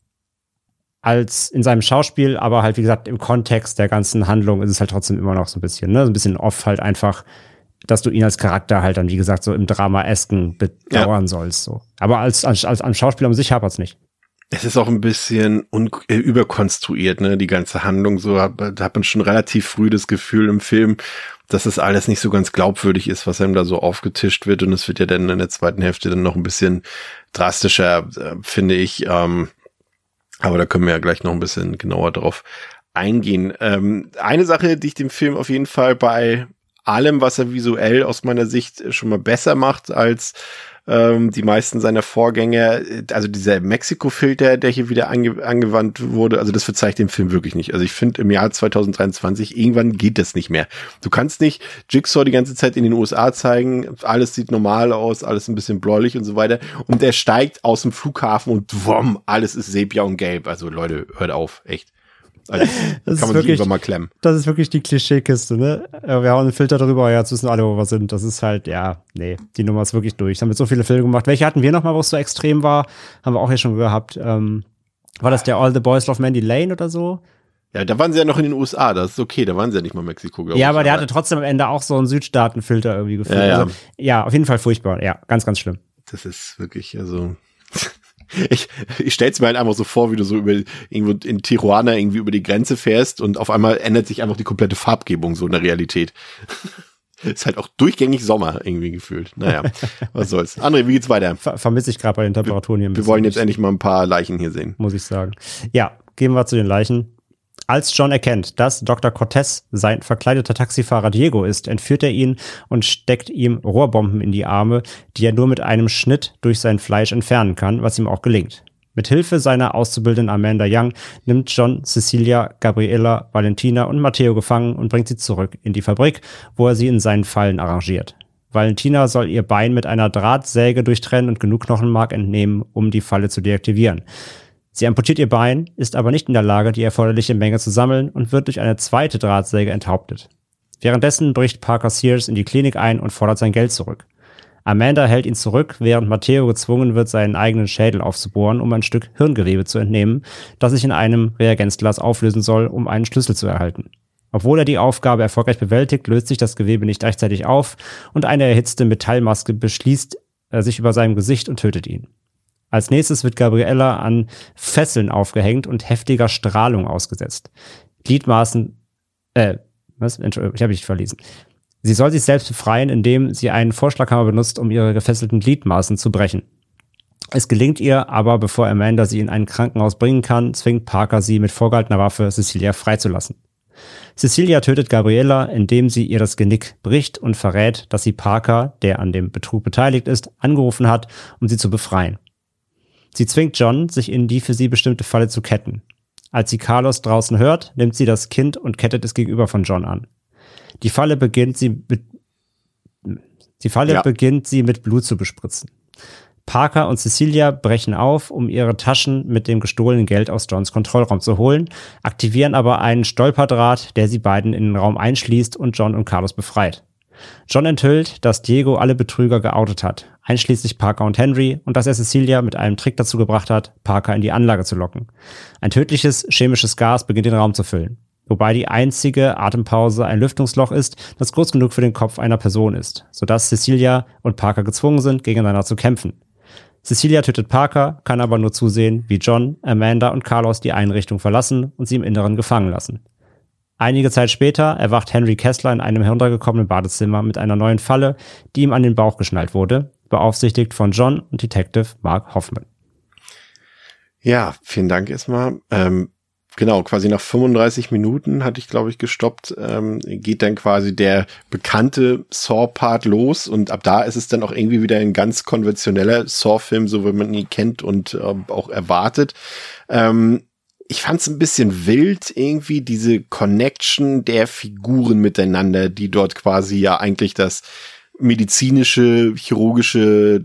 als in seinem Schauspiel, aber halt, wie gesagt, im Kontext der ganzen Handlung ist es halt trotzdem immer noch so ein bisschen, ne? So ein bisschen off halt einfach, dass du ihn als Charakter halt dann, wie gesagt, so im Drama-esken bedauern sollst. So. Aber als Schauspieler an sich hapert's nicht. Es ist auch ein bisschen überkonstruiert, ne, die ganze Handlung. So da hat man schon relativ früh das Gefühl im Film, dass es alles nicht so ganz glaubwürdig ist, was einem da so aufgetischt wird. Und es wird ja dann in der zweiten Hälfte dann noch ein bisschen drastischer, finde ich. Aber da können wir ja gleich noch ein bisschen genauer drauf eingehen. Eine Sache, die ich dem Film auf jeden Fall bei allem, was er visuell aus meiner Sicht schon mal besser macht als die meisten seiner Vorgänger, also dieser Mexiko-Filter, der hier wieder angewandt wurde, also das verzeiht dem Film wirklich nicht. Also ich finde, im Jahr 2023, irgendwann geht das nicht mehr. Du kannst nicht Jigsaw die ganze Zeit in den USA zeigen, alles sieht normal aus, alles ein bisschen bläulich und so weiter, und der steigt aus dem Flughafen und wumm, alles ist Sepia und Gelb. Also Leute, hört auf, echt. Also, das kann man sich irgendwann mal klemmen. Das ist wirklich die Klischeekiste, ne? Wir haben einen Filter drüber, ja, jetzt wissen alle, wo wir sind. Das ist halt, ja, nee, die Nummer ist wirklich durch. Da haben wir so viele Filme gemacht. Welche hatten wir nochmal, wo es so extrem war? Haben wir auch hier schon gehabt. War das der All the Boys Love Mandy Lane oder so? Ja, da waren sie ja noch in den USA, das ist okay, da waren sie ja nicht mal Mexiko, glaube ich. Ja, aber der hatte trotzdem am Ende auch so einen Südstaatenfilter irgendwie gefühlt. Ja, ja. Also, ja, auf jeden Fall furchtbar. Ja, ganz, ganz schlimm. Das ist wirklich, also... Ich stell's mir halt einfach so vor, wie du so irgendwo in Tijuana irgendwie über die Grenze fährst und auf einmal ändert sich einfach die komplette Farbgebung so in der Realität. Ist halt auch durchgängig Sommer irgendwie gefühlt. Naja, was soll's. André, wie geht's weiter? Vermisse ich gerade bei den Temperaturen hier ein bisschen. Wir wollen jetzt endlich mal ein paar Leichen hier sehen. Muss ich sagen. Ja, gehen wir zu den Leichen. Als John erkennt, dass Dr. Cortez sein verkleideter Taxifahrer Diego ist, entführt er ihn und steckt ihm Rohrbomben in die Arme, die er nur mit einem Schnitt durch sein Fleisch entfernen kann, was ihm auch gelingt. Mit Hilfe seiner Auszubildenden Amanda Young nimmt John Cecilia, Gabriella, Valentina und Matteo gefangen und bringt sie zurück in die Fabrik, wo er sie in seinen Fallen arrangiert. Valentina soll ihr Bein mit einer Drahtsäge durchtrennen und genug Knochenmark entnehmen, um die Falle zu deaktivieren. Sie amputiert ihr Bein, ist aber nicht in der Lage, die erforderliche Menge zu sammeln und wird durch eine zweite Drahtsäge enthauptet. Währenddessen bricht Parker Sears in die Klinik ein und fordert sein Geld zurück. Amanda hält ihn zurück, während Matteo gezwungen wird, seinen eigenen Schädel aufzubohren, um ein Stück Hirngewebe zu entnehmen, das sich in einem Reagenzglas auflösen soll, um einen Schlüssel zu erhalten. Obwohl er die Aufgabe erfolgreich bewältigt, löst sich das Gewebe nicht rechtzeitig auf und eine erhitzte Metallmaske beschließt sich über seinem Gesicht und tötet ihn. Als nächstes wird Gabriella an Fesseln aufgehängt und heftiger Strahlung ausgesetzt. Gliedmaßen, Entschuldigung, ich habe mich verlesen. Sie soll sich selbst befreien, indem sie einen Vorschlaghammer benutzt, um ihre gefesselten Gliedmaßen zu brechen. Es gelingt ihr, aber bevor Amanda sie in ein Krankenhaus bringen kann, zwingt Parker sie mit vorgehaltener Waffe, Cecilia freizulassen. Cecilia tötet Gabriella, indem sie ihr das Genick bricht und verrät, dass sie Parker, der an dem Betrug beteiligt ist, angerufen hat, um sie zu befreien. Sie zwingt John, sich in die für sie bestimmte Falle zu ketten. Als sie Carlos draußen hört, nimmt sie das Kind und kettet es gegenüber von John an. Die Falle beginnt sie mit Blut zu bespritzen. Parker und Cecilia brechen auf, um ihre Taschen mit dem gestohlenen Geld aus Johns Kontrollraum zu holen, aktivieren aber einen Stolperdraht, der sie beiden in den Raum einschließt und John und Carlos befreit. John enthüllt, dass Diego alle Betrüger geoutet hat, einschließlich Parker und Henry, und dass er Cecilia mit einem Trick dazu gebracht hat, Parker in die Anlage zu locken. Ein tödliches chemisches Gas beginnt den Raum zu füllen, wobei die einzige Atempause ein Lüftungsloch ist, das groß genug für den Kopf einer Person ist, sodass Cecilia und Parker gezwungen sind, gegeneinander zu kämpfen. Cecilia tötet Parker, kann aber nur zusehen, wie John, Amanda und Carlos die Einrichtung verlassen und sie im Inneren gefangen lassen. Einige Zeit später erwacht Henry Kessler in einem heruntergekommenen Badezimmer mit einer neuen Falle, die ihm an den Bauch geschnallt wurde, beaufsichtigt von John und Detective Mark Hoffman. Ja, vielen Dank erstmal. Genau, quasi nach 35 Minuten hatte ich, glaube ich, gestoppt, geht dann quasi der bekannte Saw-Part los und ab da ist es dann auch irgendwie wieder ein ganz konventioneller Saw-Film, so wie man ihn kennt und auch erwartet. Ich fand es ein bisschen wild, irgendwie diese Connection der Figuren miteinander, die dort quasi ja eigentlich das medizinische, chirurgische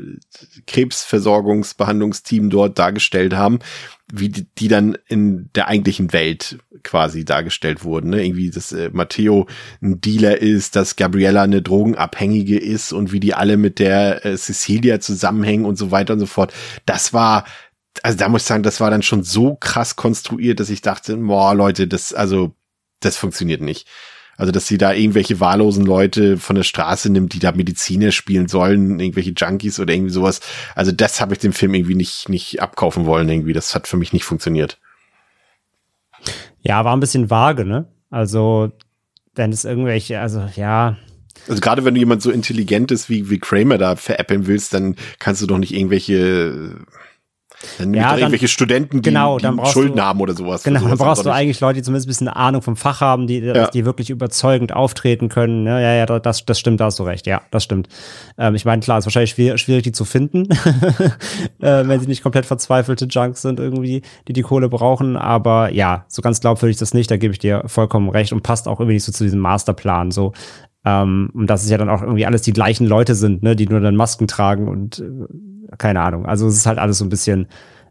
Krebsversorgungsbehandlungsteam dort dargestellt haben, wie die dann in der eigentlichen Welt quasi dargestellt wurden. Ne? Irgendwie, dass Matteo ein Dealer ist, dass Gabriella eine Drogenabhängige ist und wie die alle mit der Cecilia zusammenhängen und so weiter und so fort. Das war, also da muss ich sagen, das war dann schon so krass konstruiert, dass ich dachte, boah, Leute, das funktioniert nicht. Also, dass sie da irgendwelche wahllosen Leute von der Straße nimmt, die da Mediziner spielen sollen, irgendwelche Junkies oder irgendwie sowas. Also, das habe ich dem Film irgendwie nicht abkaufen wollen irgendwie. Das hat für mich nicht funktioniert. Ja, war ein bisschen vage, ne? Also, wenn es irgendwelche, also, ja. Also, gerade wenn du jemand so intelligent ist wie Kramer da veräppeln willst, dann kannst du doch nicht irgendwelche Studenten, die Schulden haben oder sowas. Genau, dann brauchst du eigentlich Leute, die zumindest ein bisschen Ahnung vom Fach haben, die wirklich überzeugend auftreten können. Ja, das stimmt, da hast du recht. Ja, das stimmt. Ich meine, klar, es ist wahrscheinlich schwierig, die zu finden, wenn sie nicht komplett verzweifelte Junks sind irgendwie, die Kohle brauchen. Aber ja, so ganz glaubwürdig ist das nicht, da gebe ich dir vollkommen recht und passt auch irgendwie nicht so zu diesem Masterplan so. Und dass es ja dann auch irgendwie alles die gleichen Leute sind, ne, die nur dann Masken tragen und keine Ahnung. Also es ist halt alles so ein bisschen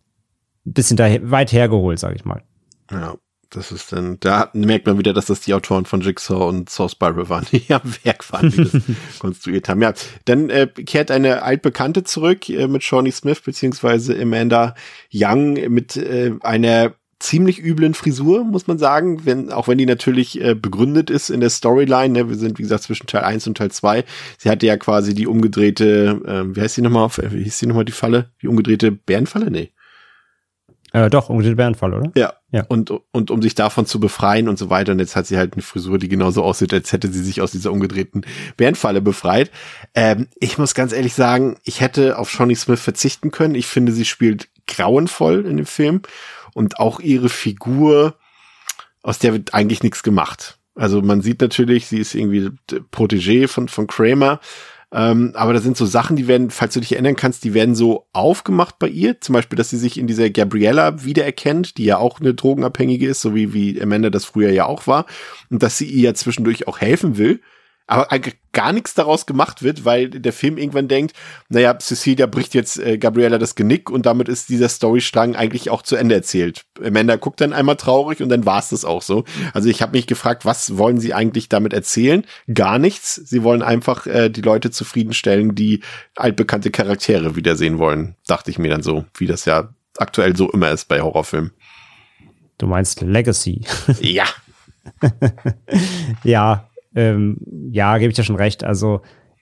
weit hergeholt, sag ich mal. Ja, das ist dann, da merkt man wieder, dass das die Autoren von Jigsaw und Saw Spiral waren, die am Werk waren, die das konstruiert haben. Ja, dann kehrt eine altbekannte zurück mit Shawnee Smith beziehungsweise Amanda Young mit einer ziemlich üblen Frisur, muss man sagen, auch wenn die natürlich begründet ist in der Storyline, ne? Wir sind, wie gesagt, zwischen Teil 1 und Teil 2. Sie hatte ja quasi die umgedrehte, wie hieß die nochmal die Falle? Die umgedrehte Bärenfalle? Nee. Doch, umgedrehte Bärenfalle, oder? Ja. Und um sich davon zu befreien und so weiter. Und jetzt hat sie halt eine Frisur, die genauso aussieht, als hätte sie sich aus dieser umgedrehten Bärenfalle befreit. Ich muss ganz ehrlich sagen, ich hätte auf Shawnee Smith verzichten können. Ich finde, sie spielt grauenvoll in dem Film. Und auch ihre Figur, aus der wird eigentlich nichts gemacht. Also man sieht natürlich, sie ist irgendwie Protégé von Kramer. Aber da sind so Sachen, die werden, falls du dich erinnern kannst, die werden so aufgemacht bei ihr. Zum Beispiel, dass sie sich in dieser Gabriella wiedererkennt, die ja auch eine Drogenabhängige ist, so wie Amanda das früher ja auch war. Und dass sie ihr ja zwischendurch auch helfen will. Aber gar nichts daraus gemacht wird, weil der Film irgendwann denkt, naja, Cecilia bricht jetzt Gabriella das Genick und damit ist dieser Storystrang eigentlich auch zu Ende erzählt. Amanda guckt dann einmal traurig und dann war es das auch so. Also ich habe mich gefragt, was wollen sie eigentlich damit erzählen? Gar nichts. Sie wollen einfach die Leute zufriedenstellen, die altbekannte Charaktere wiedersehen wollen, dachte ich mir dann so, wie das ja aktuell so immer ist bei Horrorfilmen. Du meinst Legacy. Ja. Ja. Ja, gebe ich dir schon recht. Also,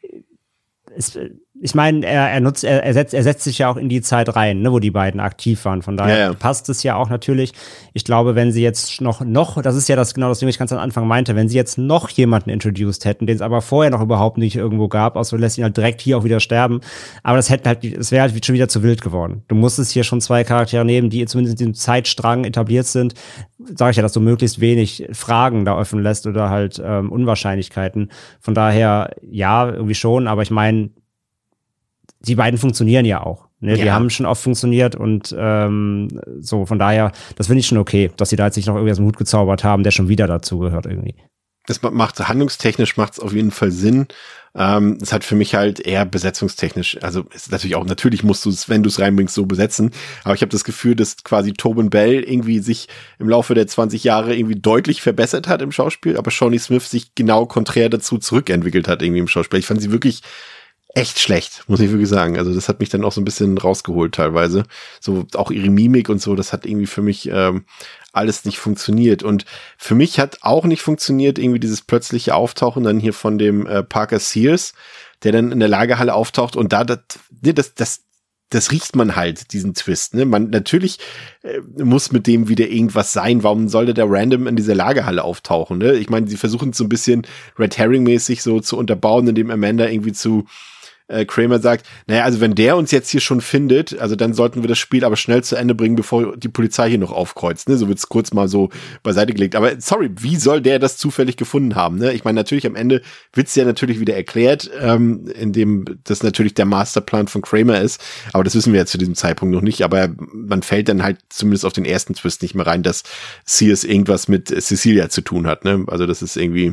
ich meine, er setzt sich ja auch in die Zeit rein, ne, wo die beiden aktiv waren. Von daher passt es ja auch natürlich. Ich glaube, wenn sie jetzt noch, das ist ja genau das, was ich ganz am Anfang meinte, wenn sie jetzt noch jemanden introduced hätten, den es aber vorher noch überhaupt nicht irgendwo gab, außer du lässt ihn halt direkt hier auch wieder sterben. Aber es wäre halt schon wieder zu wild geworden. Du musstest hier schon zwei Charaktere nehmen, die zumindest in diesem Zeitstrang etabliert sind. Sag ich ja, dass du möglichst wenig Fragen da offen lässt oder halt Unwahrscheinlichkeiten. Von daher, ja, irgendwie schon, aber ich meine, die beiden funktionieren ja auch. Ne? Ja. Die haben schon oft funktioniert und so, von daher, das finde ich schon okay, dass sie da jetzt nicht noch irgendwie aus dem Hut gezaubert haben, der schon wieder dazu gehört irgendwie. Das handlungstechnisch macht es auf jeden Fall Sinn. Es hat für mich halt eher besetzungstechnisch, also ist natürlich musst du es, wenn du es reinbringst, so besetzen, aber ich habe das Gefühl, dass quasi Tobin Bell irgendwie sich im Laufe der 20 Jahre irgendwie deutlich verbessert hat im Schauspiel, aber Shawnee Smith sich genau konträr dazu zurückentwickelt hat irgendwie im Schauspiel. Ich fand sie wirklich echt schlecht, muss ich wirklich sagen. Also das hat mich dann auch so ein bisschen rausgeholt teilweise. So auch ihre Mimik und so, das hat irgendwie für mich alles nicht funktioniert. Und für mich hat auch nicht funktioniert irgendwie dieses plötzliche Auftauchen dann hier von dem Parker Sears, der dann in der Lagerhalle auftaucht und das das riecht man halt, diesen Twist, ne? Man, natürlich muss mit dem wieder irgendwas sein. Warum sollte der random in dieser Lagerhalle auftauchen, ne? Ich meine, sie versuchen es so ein bisschen Red Herring-mäßig so zu unterbauen, indem Amanda irgendwie zu Kramer sagt, naja, also wenn der uns jetzt hier schon findet, also dann sollten wir das Spiel aber schnell zu Ende bringen, bevor die Polizei hier noch aufkreuzt, ne? So wird's kurz mal so beiseite gelegt. Aber sorry, wie soll der das zufällig gefunden haben, ne? Ich meine, natürlich am Ende wird's ja natürlich wieder erklärt, indem das natürlich der Masterplan von Kramer ist, aber das wissen wir ja zu diesem Zeitpunkt noch nicht, aber man fällt dann halt zumindest auf den ersten Twist nicht mehr rein, dass Sears irgendwas mit Cecilia zu tun hat, ne? Also das ist irgendwie,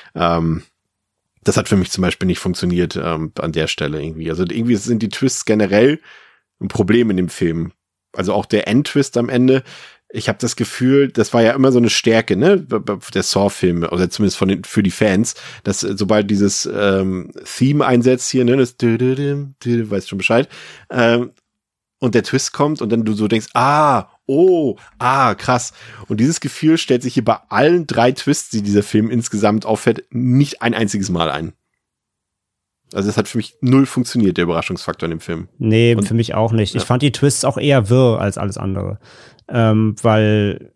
das hat für mich zum Beispiel nicht funktioniert an der Stelle irgendwie. Also irgendwie sind die Twists generell ein Problem in dem Film. Also auch der Endtwist am Ende. Ich habe das Gefühl, das war ja immer so eine Stärke, ne, der Saw-Filme, oder zumindest für die Fans, dass sobald dieses Theme einsetzt hier, ne, das weißt schon Bescheid, und der Twist kommt und dann du so denkst, krass. Und dieses Gefühl stellt sich hier bei allen 3 Twists, die dieser Film insgesamt auffällt, nicht ein einziges Mal ein. Also das hat für mich 0 funktioniert, der Überraschungsfaktor in dem Film. Nee, für mich auch nicht. Ja. Ich fand die Twists auch eher wirr als alles andere. Weil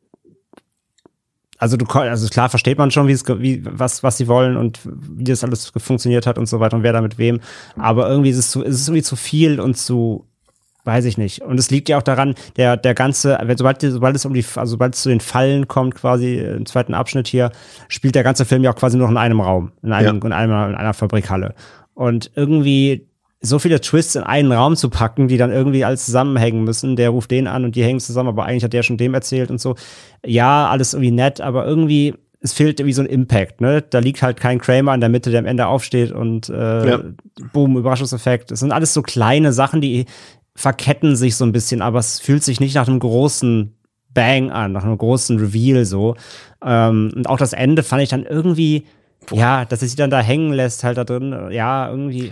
also klar versteht man schon, was sie wollen und wie das alles funktioniert hat und so weiter und wer da mit wem. Aber irgendwie ist es irgendwie zu viel und zu, weiß ich nicht. Und es liegt ja auch daran, der ganze, sobald es zu den Fallen kommt, quasi im zweiten Abschnitt hier, spielt der ganze Film ja auch quasi nur noch in einem Raum, in einer Fabrikhalle. Und irgendwie so viele Twists in einen Raum zu packen, die dann irgendwie alles zusammenhängen müssen, der ruft den an und die hängen zusammen, aber eigentlich hat der schon dem erzählt und so. Ja, alles irgendwie nett, aber irgendwie, es fehlt irgendwie so ein Impact, ne? Da liegt halt kein Kramer in der Mitte, der am Ende aufsteht und boom, Überraschungseffekt. Es sind alles so kleine Sachen, die verketten sich so ein bisschen, aber es fühlt sich nicht nach einem großen Bang an, nach einem großen Reveal so. Und auch das Ende fand ich dann irgendwie, dass es sie dann da hängen lässt, halt da drin, irgendwie.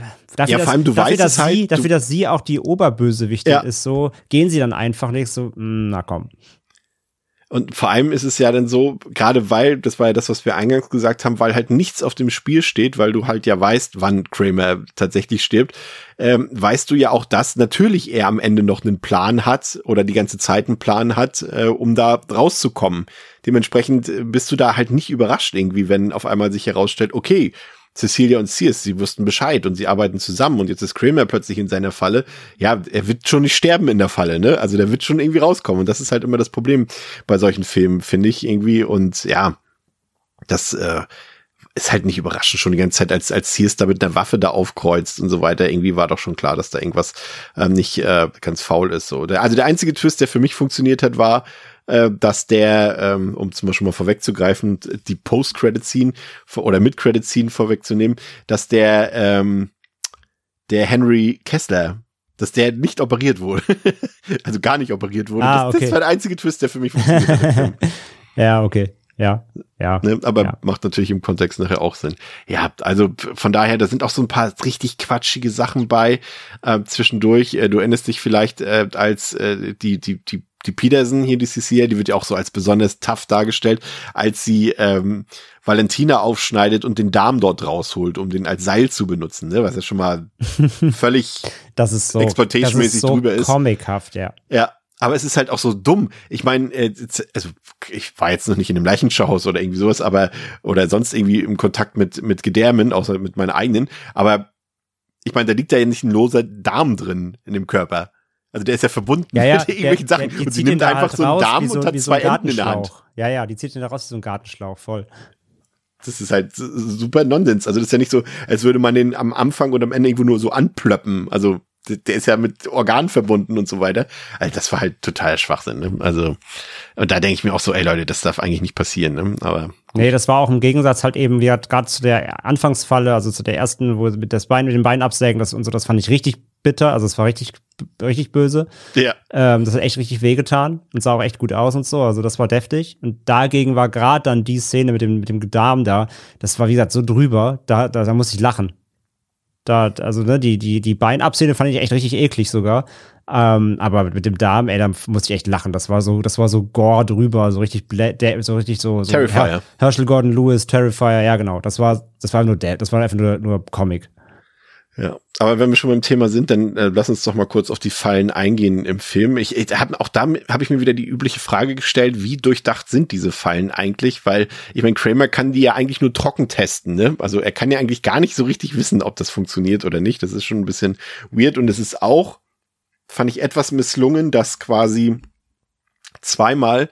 Dafür, dass sie auch die Oberbösewichtin ist, so, gehen sie dann einfach nicht so, na komm. Und vor allem ist es ja dann so, gerade weil, das war ja das, was wir eingangs gesagt haben, weil halt nichts auf dem Spiel steht, weil du halt ja weißt, wann Kramer tatsächlich stirbt, weißt du ja auch, dass natürlich er am Ende noch einen Plan hat oder die ganze Zeit einen Plan hat, um da rauszukommen. Dementsprechend bist du da halt nicht überrascht irgendwie, wenn auf einmal sich herausstellt, okay, Cecilia und Sears, sie wussten Bescheid und sie arbeiten zusammen und jetzt ist Kramer plötzlich in seiner Falle. Ja, er wird schon nicht sterben in der Falle, ne? Also der wird schon irgendwie rauskommen und das ist halt immer das Problem bei solchen Filmen, finde ich irgendwie. Und ja, das ist halt nicht überraschend schon die ganze Zeit, als Sears da mit einer Waffe da aufkreuzt und so weiter. Irgendwie war doch schon klar, dass da irgendwas nicht ganz faul ist. So. Also der einzige Twist, der für mich funktioniert hat, war, dass der, um zum Beispiel mal vorwegzugreifen, die Post-Credit-Scene oder Mid-Credit-Scene vorwegzunehmen, dass der Henry Kessler, dass der nicht operiert wurde. Also gar nicht operiert wurde. Das war der einzige Twist, der für mich funktioniert hat. Ja, okay. Ja. Ne, aber macht natürlich im Kontext nachher auch Sinn. Ja, also von daher, da sind auch so ein paar richtig quatschige Sachen bei zwischendurch. Du erinnerst dich vielleicht, als die Peterson, hier die Cecilia, die wird ja auch so als besonders tough dargestellt, als sie Valentina aufschneidet und den Darm dort rausholt, um den als Seil zu benutzen, ne? Was ja schon mal völlig exploitation-mäßig drüber ist. Comichaft, ja. Ja, aber es ist halt auch so dumm. Ich meine, also ich war jetzt noch nicht in einem Leichenschauhaus oder irgendwie sowas, oder sonst irgendwie im Kontakt mit Gedärmen, außer mit meinen eigenen, aber ich meine, da liegt ja nicht ein loser Darm drin in dem Körper. Also der ist ja verbunden mit irgendwelchen Sachen. Und sie nimmt einfach so einen Darm und hat 2 Enden in der Hand. Ja, die zieht ihn da raus wie so ein Gartenschlauch, voll. Das ist halt super Nonsens. Also das ist ja nicht so, als würde man den am Anfang und am Ende irgendwo nur so anplöppen. Also der ist ja mit Organen verbunden und so weiter. Also das war halt total Schwachsinn, ne? Also, und da denke ich mir auch so, ey Leute, das darf eigentlich nicht passieren, ne? Aber gut. Nee, das war auch im Gegensatz halt eben, wie hat gerade zu der Anfangsfalle, also zu der ersten, wo mit dem Bein absägen, das fand ich richtig bitter, also es war richtig böse. Ja. Das hat echt richtig wehgetan und sah auch echt gut aus und so, also das war deftig. Und dagegen war gerade dann die Szene mit dem Darm da, das war wie gesagt so drüber, da musste ich lachen. Die Beinabszene fand ich echt richtig eklig sogar. Aber mit dem Darm, da musste ich echt lachen. Das war so Gore drüber, so richtig so Terrifier. Herschel Gordon Lewis, Terrifier, ja genau. Das war einfach nur Comic. Ja, aber wenn wir schon beim Thema sind, dann lass uns doch mal kurz auf die Fallen eingehen im Film. Auch da habe ich mir wieder die übliche Frage gestellt, wie durchdacht sind diese Fallen eigentlich? Weil, ich meine, Kramer kann die ja eigentlich nur trocken testen, ne? Also er kann ja eigentlich gar nicht so richtig wissen, ob das funktioniert oder nicht. Das ist schon ein bisschen weird und es ist auch, fand ich etwas misslungen, dass quasi zweimal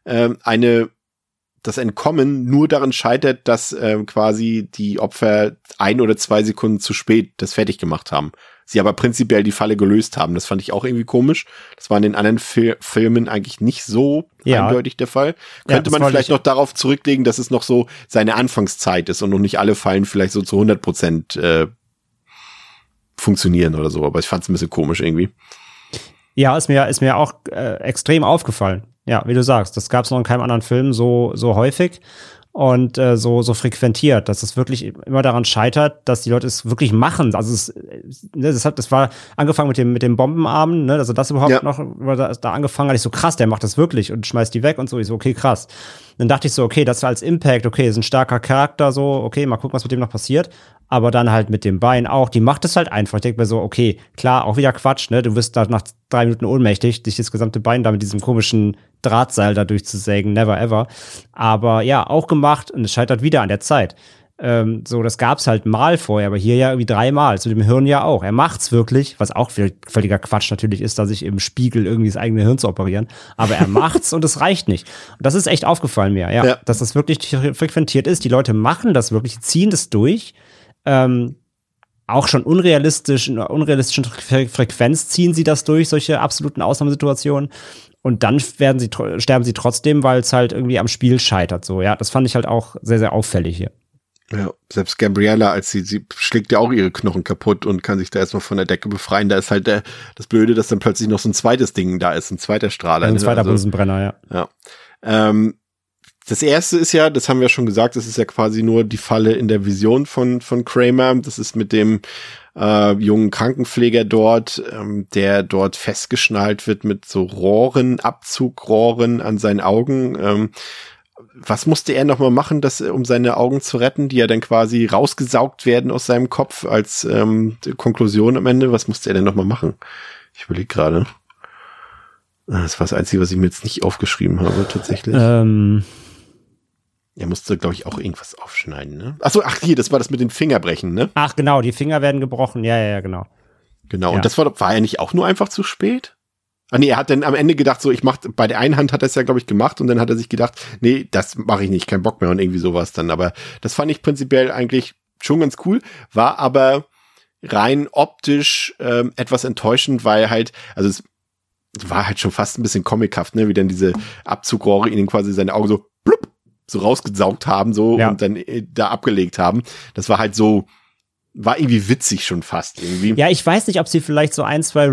das Entkommen nur daran scheitert, dass quasi die Opfer 1 oder 2 Sekunden zu spät das fertig gemacht haben. Sie aber prinzipiell die Falle gelöst haben. Das fand ich auch irgendwie komisch. Das war in den anderen Filmen eigentlich nicht so eindeutig der Fall. Könnte man vielleicht noch darauf zurücklegen, dass es noch so seine Anfangszeit ist und noch nicht alle Fallen vielleicht so zu 100% funktionieren oder so. Aber ich fand es ein bisschen komisch irgendwie. Ja, ist mir auch extrem aufgefallen. Ja, wie du sagst, das gab es noch in keinem anderen Film so häufig und so frequentiert, dass es wirklich immer daran scheitert, dass die Leute es wirklich machen. Also das war angefangen mit dem Bombenarm, ne, also das überhaupt noch, da angefangen hatte ich so, krass, der macht das wirklich und schmeißt die weg und so. Ich so, okay, krass. Dann dachte ich so, okay, das als Impact, okay, ist ein starker Charakter, so, okay, mal gucken, was mit dem noch passiert. Aber dann halt mit dem Bein auch, die macht es halt einfach. Ich denke mir so, okay, klar, auch wieder Quatsch, ne? Du wirst da nach 3 Minuten ohnmächtig, dich das gesamte Bein da mit diesem komischen Drahtseil da durchzusägen, never ever. Aber ja, auch gemacht und es scheitert wieder an der Zeit. Das gab's halt mal vorher, aber hier ja irgendwie 3-mal, zu dem Hirn ja auch. Er macht's wirklich, was auch völliger Quatsch natürlich ist, da sich im Spiegel irgendwie das eigene Hirn zu operieren. Aber er macht's und es reicht nicht. Und das ist echt aufgefallen mir, ja, dass das wirklich frequentiert ist. Die Leute machen das wirklich, ziehen das durch. Auch schon in einer unrealistischen Frequenz ziehen sie das durch, solche absoluten Ausnahmesituationen. Und dann sterben sie trotzdem, weil es halt irgendwie am Spiel scheitert. So, ja, das fand ich halt auch sehr, sehr auffällig hier. Ja, selbst Gabriella, als sie schlägt ja auch ihre Knochen kaputt und kann sich da erstmal von der Decke befreien. Da ist halt das Blöde, dass dann plötzlich noch so ein zweites Ding da ist, ein zweiter Strahler. Ein zweiter Bunsenbrenner, ja. Das erste ist ja, das haben wir schon gesagt, das ist ja quasi nur die Falle in der Vision von Kramer. Das ist mit dem jungen Krankenpfleger dort, der dort festgeschnallt wird mit so Abzugrohren an seinen Augen. Was musste er nochmal machen, um seine Augen zu retten, die ja dann quasi rausgesaugt werden aus seinem Kopf als Konklusion am Ende? Was musste er denn nochmal machen? Ich überlege gerade. Das war das Einzige, was ich mir jetzt nicht aufgeschrieben habe, tatsächlich. Er musste, glaube ich, auch irgendwas aufschneiden, ne? Hier, das war das mit den Fingerbrechen, ne? Ach, genau, die Finger werden gebrochen. Ja, genau. Genau, und das war ja nicht auch nur einfach zu spät? Nee, er hat dann am Ende gedacht, so, bei der einen Hand hat er es ja, glaube ich, gemacht und dann hat er sich gedacht, nee, das mache ich nicht, kein Bock mehr und irgendwie sowas dann. Aber das fand ich prinzipiell eigentlich schon ganz cool, war aber rein optisch etwas enttäuschend, weil halt, also es war halt schon fast ein bisschen comichaft, ne, wie dann diese Abzugrohre ihnen quasi seine Augen so blub, so rausgesaugt haben, so und dann da abgelegt haben. Das war halt so, war irgendwie witzig schon fast irgendwie. Ja, ich weiß nicht, ob sie vielleicht so 1, 2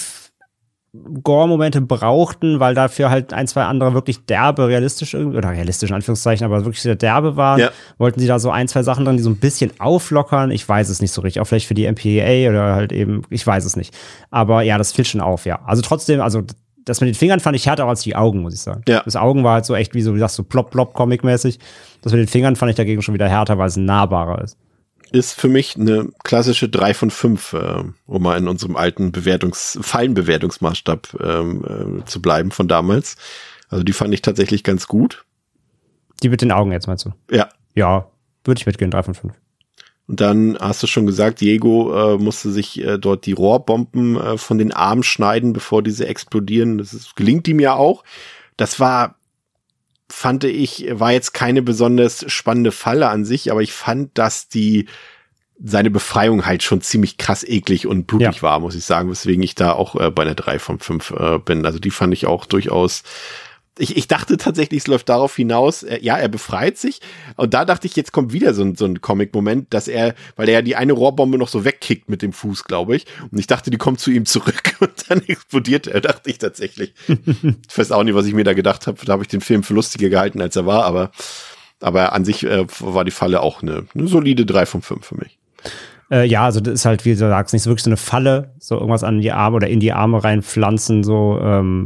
Relief-Gore-Momente brauchten, weil dafür halt 1, 2 andere wirklich derbe, realistisch irgendwie, oder realistisch in Anführungszeichen, aber wirklich sehr derbe waren. Ja. Wollten sie da so 1, 2 Sachen drin, die so ein bisschen auflockern? Ich weiß es nicht so richtig. Auch vielleicht für die MPAA oder halt eben, ich weiß es nicht. Aber ja, das fiel schon auf, ja. Also trotzdem, das mit den Fingern fand ich härter als die Augen, muss ich sagen. Ja. Das Augen war halt so echt wie so, wie sagst du, plopp, plopp, Comic-mäßig. Das mit den Fingern fand ich dagegen schon wieder härter, weil es nahbarer ist. Ist für mich eine klassische 3 von 5, um mal in unserem alten Fallenbewertungsmaßstab zu bleiben von damals. Also die fand ich tatsächlich ganz gut. Die mit den Augen jetzt, meinst du? Ja. Ja, würde ich mitgehen, 3 von 5. Und dann hast du schon gesagt, Diego musste sich dort die Rohrbomben von den Armen schneiden, bevor diese explodieren. Gelingt ihm ja auch. Das fand ich, war jetzt keine besonders spannende Falle an sich, aber ich fand, dass seine Befreiung halt schon ziemlich krass eklig und blutig war, muss ich sagen, weswegen ich da auch bei einer 3 von 5 bin. Also die fand ich auch durchaus. Ich dachte tatsächlich, es läuft darauf hinaus, er befreit sich. Und da dachte ich, jetzt kommt wieder so ein Comic-Moment, weil er ja die eine Rohrbombe noch so wegkickt mit dem Fuß, glaube ich. Und ich dachte, die kommt zu ihm zurück und dann explodiert er, dachte ich tatsächlich. Ich weiß auch nicht, was ich mir da gedacht habe. Da habe ich den Film für lustiger gehalten, als er war. Aber an sich war die Falle auch eine solide 3 von 5 für mich. Ja, also das ist halt, wie du sagst, nicht so wirklich so eine Falle, so irgendwas an die Arme oder in die Arme reinpflanzen, so,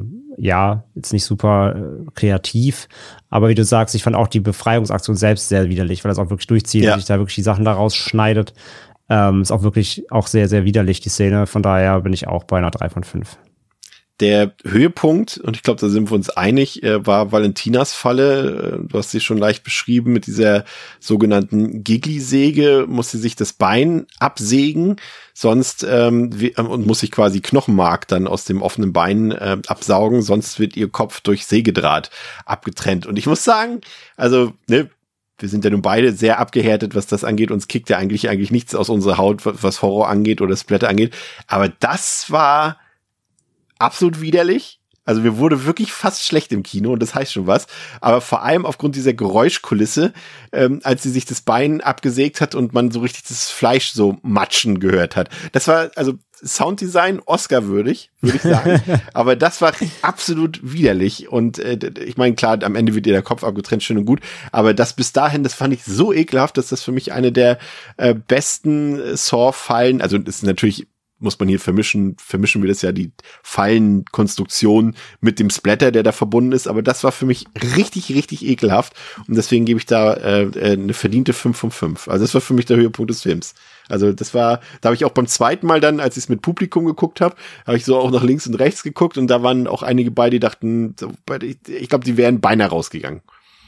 ja, jetzt nicht super kreativ, aber wie du sagst, ich fand auch die Befreiungsaktion selbst sehr widerlich, weil das auch wirklich durchzieht und sich da wirklich die Sachen da rausschneidet. Ist auch wirklich auch sehr, sehr widerlich, die Szene. Von daher bin ich auch bei einer 3 von 5. Der Höhepunkt, und ich glaube, da sind wir uns einig, war Valentinas Falle. Du hast sie schon leicht beschrieben, mit dieser sogenannten Gigli-Säge muss sie sich das Bein absägen, sonst und muss sich quasi Knochenmark dann aus dem offenen Bein absaugen, sonst wird ihr Kopf durch Sägedraht abgetrennt. Und ich muss sagen, also, ne, wir sind ja nun beide sehr abgehärtet, was das angeht. Uns kickt ja eigentlich nichts aus unserer Haut, was Horror angeht oder Splatter angeht. Aber das war absolut widerlich. Also mir wurde wirklich fast schlecht im Kino und das heißt schon was. Aber vor allem aufgrund dieser Geräuschkulisse, als sie sich das Bein abgesägt hat und man so richtig das Fleisch so matschen gehört hat. Das war also Sounddesign Oscar-würdig, würde ich sagen. Aber das war absolut widerlich. Und ich meine, klar, am Ende wird ihr der Kopf abgetrennt, schön und gut. Aber das bis dahin, das fand ich so ekelhaft, dass das für mich eine der besten Saw-Fallen, also das ist natürlich, muss man hier vermischen wir das ja, die Fallenkonstruktion mit dem Splatter, der da verbunden ist. Aber das war für mich richtig, richtig ekelhaft. Und deswegen gebe ich da eine verdiente 5 von 5. Also das war für mich der Höhepunkt des Films. Also das war, da habe ich auch beim zweiten Mal dann, als ich es mit Publikum geguckt habe ich so auch nach links und rechts geguckt und da waren auch einige bei, die dachten, ich glaube, die wären beinahe rausgegangen.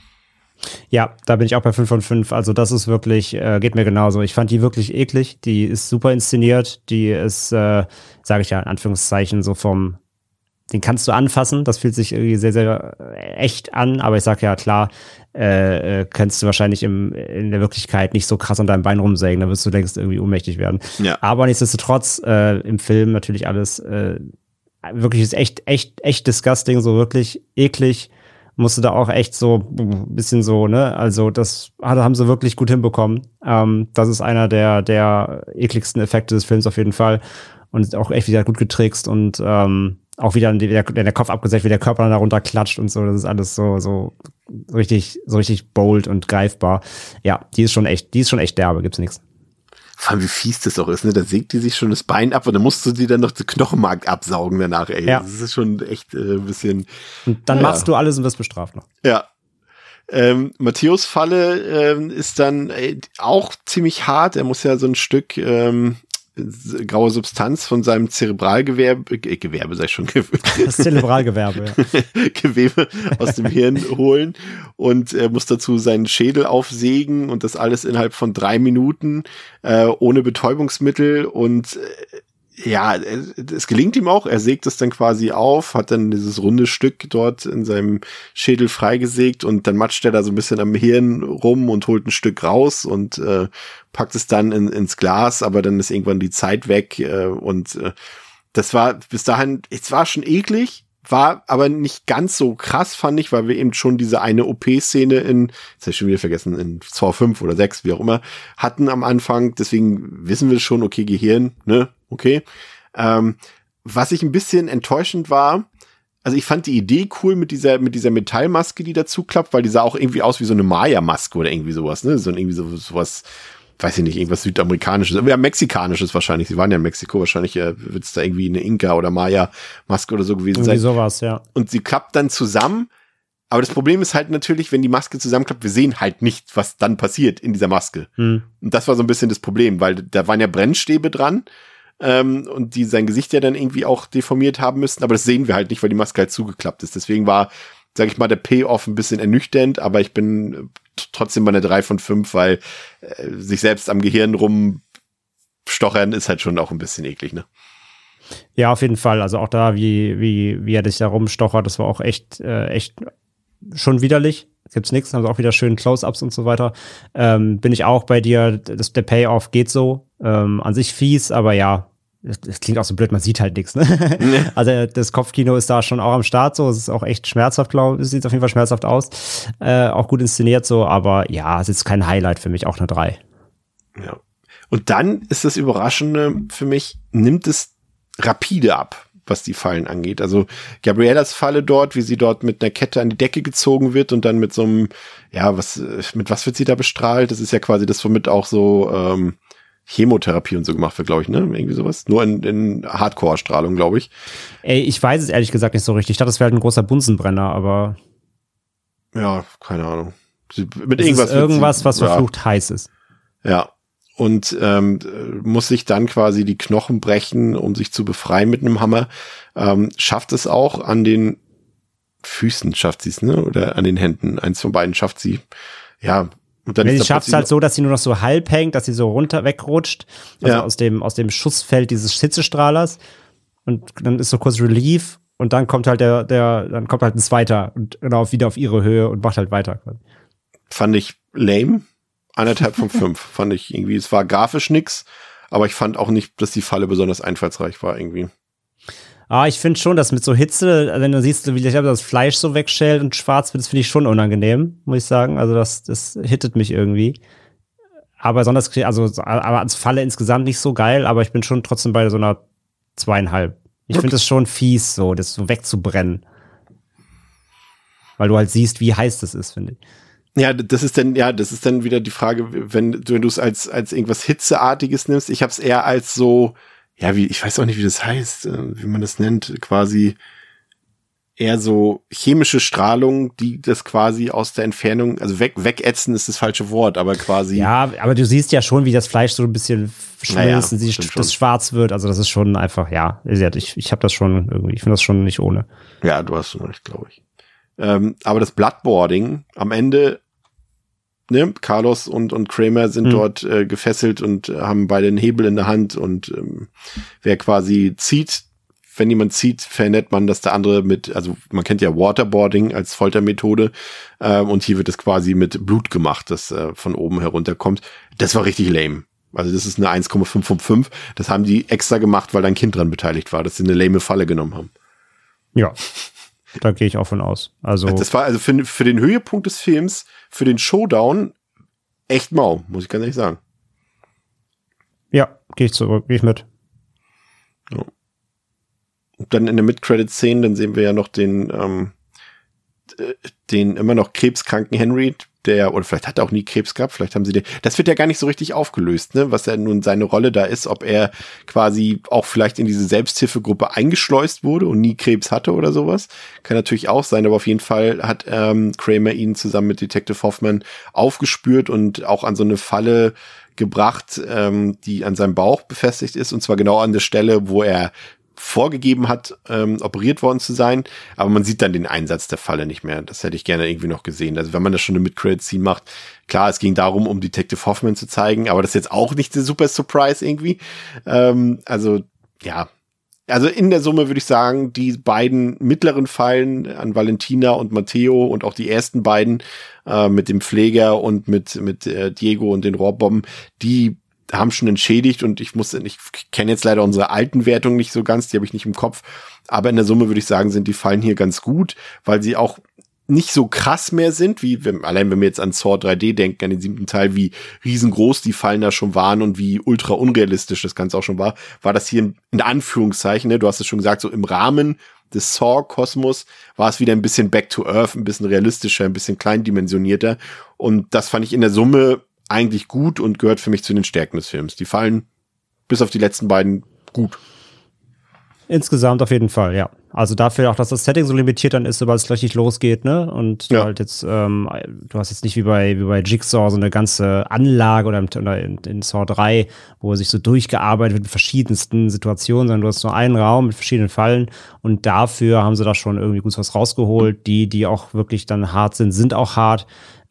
Ja, da bin ich auch bei 5 von 5. Also das ist wirklich, geht mir genauso. Ich fand die wirklich eklig. Die ist super inszeniert. Die ist, sage ich ja in Anführungszeichen, so den kannst du anfassen. Das fühlt sich irgendwie sehr, sehr echt an. Aber ich sag ja, klar, kannst du wahrscheinlich in der Wirklichkeit nicht so krass an deinem Bein rumsägen. Da wirst du längst irgendwie ohnmächtig werden. Ja. Aber nichtsdestotrotz, im Film natürlich alles, wirklich ist echt disgusting, so wirklich eklig. Musste da auch echt so ein bisschen so, ne, also das haben sie wirklich gut hinbekommen. Das ist einer der ekligsten Effekte des Films auf jeden Fall und auch echt wieder gut getrickst und auch wieder der Kopf abgesägt, wie der Körper dann da runter klatscht und so, das ist alles so richtig bold und greifbar. Ja, die ist schon echt derbe, gibt's nichts. Vor allem, wie fies das auch ist, ne? Da sägt die sich schon das Bein ab und dann musst du die dann noch die Knochenmark absaugen danach, ey. Ja. Das ist schon echt ein bisschen. Und dann machst du alles und wirst bestraft noch. Ja. Matthäus Falle ist dann auch ziemlich hart. Er muss ja so ein Stück graue Substanz von seinem Zerebralgewebe, sag ich schon, das Zerebralgewerbe, ja. Gewebe aus dem Hirn holen und er muss dazu seinen Schädel aufsägen und das alles innerhalb von 3 Minuten ohne Betäubungsmittel und ja, es gelingt ihm auch. Er sägt es dann quasi auf, hat dann dieses runde Stück dort in seinem Schädel freigesägt und dann matscht er da so ein bisschen am Hirn rum und holt ein Stück raus und packt es dann ins Glas, aber dann ist irgendwann die Zeit weg und das war bis dahin, es war schon eklig, war aber nicht ganz so krass, fand ich, weil wir eben schon diese eine OP-Szene jetzt habe ich schon wieder vergessen, in Saw 5 oder 6, wie auch immer, hatten am Anfang, deswegen wissen wir schon, okay, Gehirn, ne, okay. Was ich ein bisschen enttäuschend war, also ich fand die Idee cool mit dieser Metallmaske, die dazu klappt, weil die sah auch irgendwie aus wie so eine Maya-Maske oder irgendwie sowas, ne, so irgendwie sowas, weiß ich nicht, irgendwas Südamerikanisches, ja, Mexikanisches wahrscheinlich. Sie waren ja in Mexiko, wahrscheinlich wird es da irgendwie eine Inka- oder Maya-Maske oder so gewesen sein. Irgendwie sowas, ja. Und sie klappt dann zusammen, aber das Problem ist halt natürlich, wenn die Maske zusammenklappt, wir sehen halt nicht, was dann passiert in dieser Maske. Und das war so ein bisschen das Problem, weil da waren ja Brennstäbe dran und die sein Gesicht ja dann irgendwie auch deformiert haben müssten, aber das sehen wir halt nicht, weil die Maske halt zugeklappt ist. Deswegen war, sag ich mal, der Payoff ein bisschen ernüchternd, aber ich bin trotzdem bei einer 3 von 5, weil sich selbst am Gehirn rumstochern ist halt schon auch ein bisschen eklig, ne? Ja, auf jeden Fall. Also auch da, wie er dich da rumstochert, das war auch echt schon widerlich. Gibt's nichts, also auch wieder schön Close-Ups und so weiter. Bin ich auch bei dir, der Payoff geht so. An sich fies, aber ja, das klingt auch so blöd, man sieht halt nichts, ne? Nee. Also das Kopfkino ist da schon auch am Start so, es ist auch echt schmerzhaft, glaube ich, es sieht auf jeden Fall schmerzhaft aus, auch gut inszeniert so, aber ja, es ist kein Highlight für mich, auch eine 3. Ja. Und dann ist das Überraschende für mich, nimmt es rapide ab, was die Fallen angeht. Also Gabriellas Falle dort, wie sie dort mit einer Kette an die Decke gezogen wird und dann mit so einem, ja, mit was wird sie da bestrahlt? Das ist ja quasi das, womit auch so Chemotherapie und so gemacht wird, glaube ich, ne? Irgendwie sowas. Nur in Hardcore-Strahlung, glaube ich. Ey, ich weiß es ehrlich gesagt nicht so richtig. Ich dachte, das wäre halt ein großer Bunsenbrenner, aber ja, keine Ahnung. Mit irgendwas, was verflucht heiß ist. Ja. und muss sich dann quasi die Knochen brechen, um sich zu befreien mit einem Hammer. Schafft es auch an den Füßen, schafft sie es, ne? Oder an den Händen. Eins von beiden schafft sie. Ja. Und dann sie schafft es halt so, dass sie nur noch so halb hängt, dass sie so runter wegrutscht. Also aus dem Schussfeld dieses Hitzestrahlers. Und dann ist so kurz Relief. Und dann kommt halt dann kommt halt ein zweiter und genau wieder auf ihre Höhe und macht halt weiter. Fand ich lame. 1,5 von 5. Fand ich irgendwie, es war grafisch nix, aber ich fand auch nicht, dass die Falle besonders einfallsreich war irgendwie. Ich finde schon, dass mit so Hitze, wenn du siehst, wie das Fleisch so wegschält und schwarz wird, das finde ich schon unangenehm, muss ich sagen. Also das hittet mich irgendwie. Aber sonst, aber als Falle insgesamt nicht so geil, aber ich bin schon trotzdem bei so einer 2,5. Ich finde es schon fies, so, das so wegzubrennen. Weil du halt siehst, wie heiß das ist, finde ich. Ja, das ist dann wieder die Frage, wenn du es als irgendwas Hitzeartiges nimmst. Ich habe es eher als so, ja, ich weiß auch nicht, wie das heißt, wie man das nennt, quasi eher so chemische Strahlung, die das quasi aus der Entfernung, also wegetzen ist das falsche Wort, aber quasi. Ja, aber du siehst ja schon, wie das Fleisch so ein bisschen schmilzt und das schwarz wird. Also das ist schon einfach, ja, ich habe das schon irgendwie, ich finde das schon nicht ohne. Ja, du hast schon recht, glaube ich. Aber das Bloodboarding am Ende, ne, Carlos und Kramer sind dort gefesselt und haben beide einen Hebel in der Hand und wer quasi zieht, wenn jemand zieht, verhindert man, dass der andere also man kennt ja Waterboarding als Foltermethode und hier wird es quasi mit Blut gemacht, das von oben herunterkommt. Das war richtig lame. Also das ist eine 1,5 von 5. Das haben die extra gemacht, weil da ein Kind dran beteiligt war, dass sie eine lame Falle genommen haben. Ja, da gehe ich auch von aus. Also das war also für den Höhepunkt des Films, für den Showdown echt mau, muss ich ganz ehrlich sagen. Ja, gehe ich mit. Ja. Und dann in der Mid-Credit-Szene, dann sehen wir ja noch den immer noch krebskranken Henry, oder vielleicht hat er auch nie Krebs gehabt, vielleicht haben sie das wird ja gar nicht so richtig aufgelöst, ne, was er nun seine Rolle da ist, ob er quasi auch vielleicht in diese Selbsthilfegruppe eingeschleust wurde und nie Krebs hatte oder sowas. Kann natürlich auch sein, aber auf jeden Fall hat Kramer ihn zusammen mit Detective Hoffman aufgespürt und auch an so eine Falle gebracht, die an seinem Bauch befestigt ist, und zwar genau an der Stelle, wo er vorgegeben hat, operiert worden zu sein, aber man sieht dann den Einsatz der Falle nicht mehr. Das hätte ich gerne irgendwie noch gesehen. Also wenn man das schon eine Mid-Credit-Scene macht, klar, es ging darum, um Detective Hoffman zu zeigen, aber das ist jetzt auch nicht der super Surprise irgendwie. Also in der Summe würde ich sagen, die beiden mittleren Fallen an Valentina und Matteo und auch die ersten beiden mit dem Pfleger und mit Diego und den Rohrbomben, die haben schon entschädigt, und ich kenne jetzt leider unsere alten Wertungen nicht so ganz, die habe ich nicht im Kopf, aber in der Summe würde ich sagen, sind die Fallen hier ganz gut, weil sie auch nicht so krass mehr sind, allein wenn wir jetzt an Saw 3D denken, an den 7. Teil, wie riesengroß die Fallen da schon waren und wie ultra unrealistisch das Ganze auch schon war das hier in Anführungszeichen, ne, du hast es schon gesagt, so im Rahmen des Saw-Kosmos war es wieder ein bisschen back to earth, ein bisschen realistischer, ein bisschen kleindimensionierter, und das fand ich in der Summe eigentlich gut und gehört für mich zu den Stärken des Films. Die fallen bis auf die letzten beiden gut. Insgesamt auf jeden Fall, ja. Also dafür auch, dass das Setting so limitiert dann ist, sobald es richtig losgeht, ne? Und du halt jetzt, du hast jetzt nicht wie bei Jigsaw so eine ganze Anlage oder in Saw 3, wo sich so durchgearbeitet wird mit verschiedensten Situationen, sondern du hast nur einen Raum mit verschiedenen Fallen, und dafür haben sie da schon irgendwie gut was rausgeholt. Die auch wirklich dann hart sind auch hart.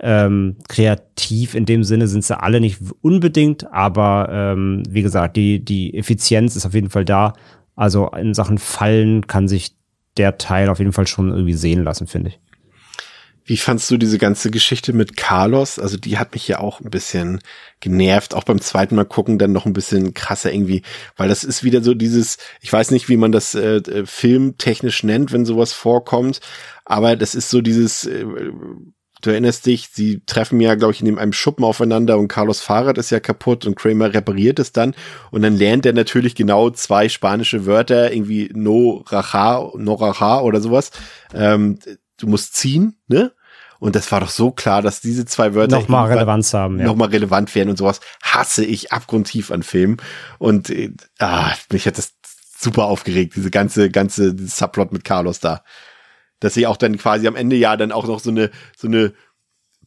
Kreativ in dem Sinne sind sie alle nicht unbedingt, aber wie gesagt, die Effizienz ist auf jeden Fall da. Also in Sachen Fallen kann sich der Teil auf jeden Fall schon irgendwie sehen lassen, finde ich. Wie fandst du diese ganze Geschichte mit Carlos? Also die hat mich ja auch ein bisschen genervt, auch beim zweiten Mal gucken dann noch ein bisschen krasser irgendwie, weil das ist wieder so dieses, ich weiß nicht, wie man das filmtechnisch nennt, wenn sowas vorkommt, aber das ist so dieses, du erinnerst dich, sie treffen ja, glaube ich, in einem Schuppen aufeinander und Carlos Fahrrad ist ja kaputt und Kramer repariert es dann und dann lernt er natürlich genau 2 spanische Wörter, irgendwie no raja oder sowas. Du musst ziehen, ne? Und das war doch so klar, dass diese 2 Wörter nochmal Relevanz haben, ja. Nochmal relevant werden und sowas hasse ich abgrundtief an Filmen. Und mich hat das super aufgeregt, diese ganze Subplot mit Carlos da. Dass sie auch dann quasi am Ende ja dann auch noch so eine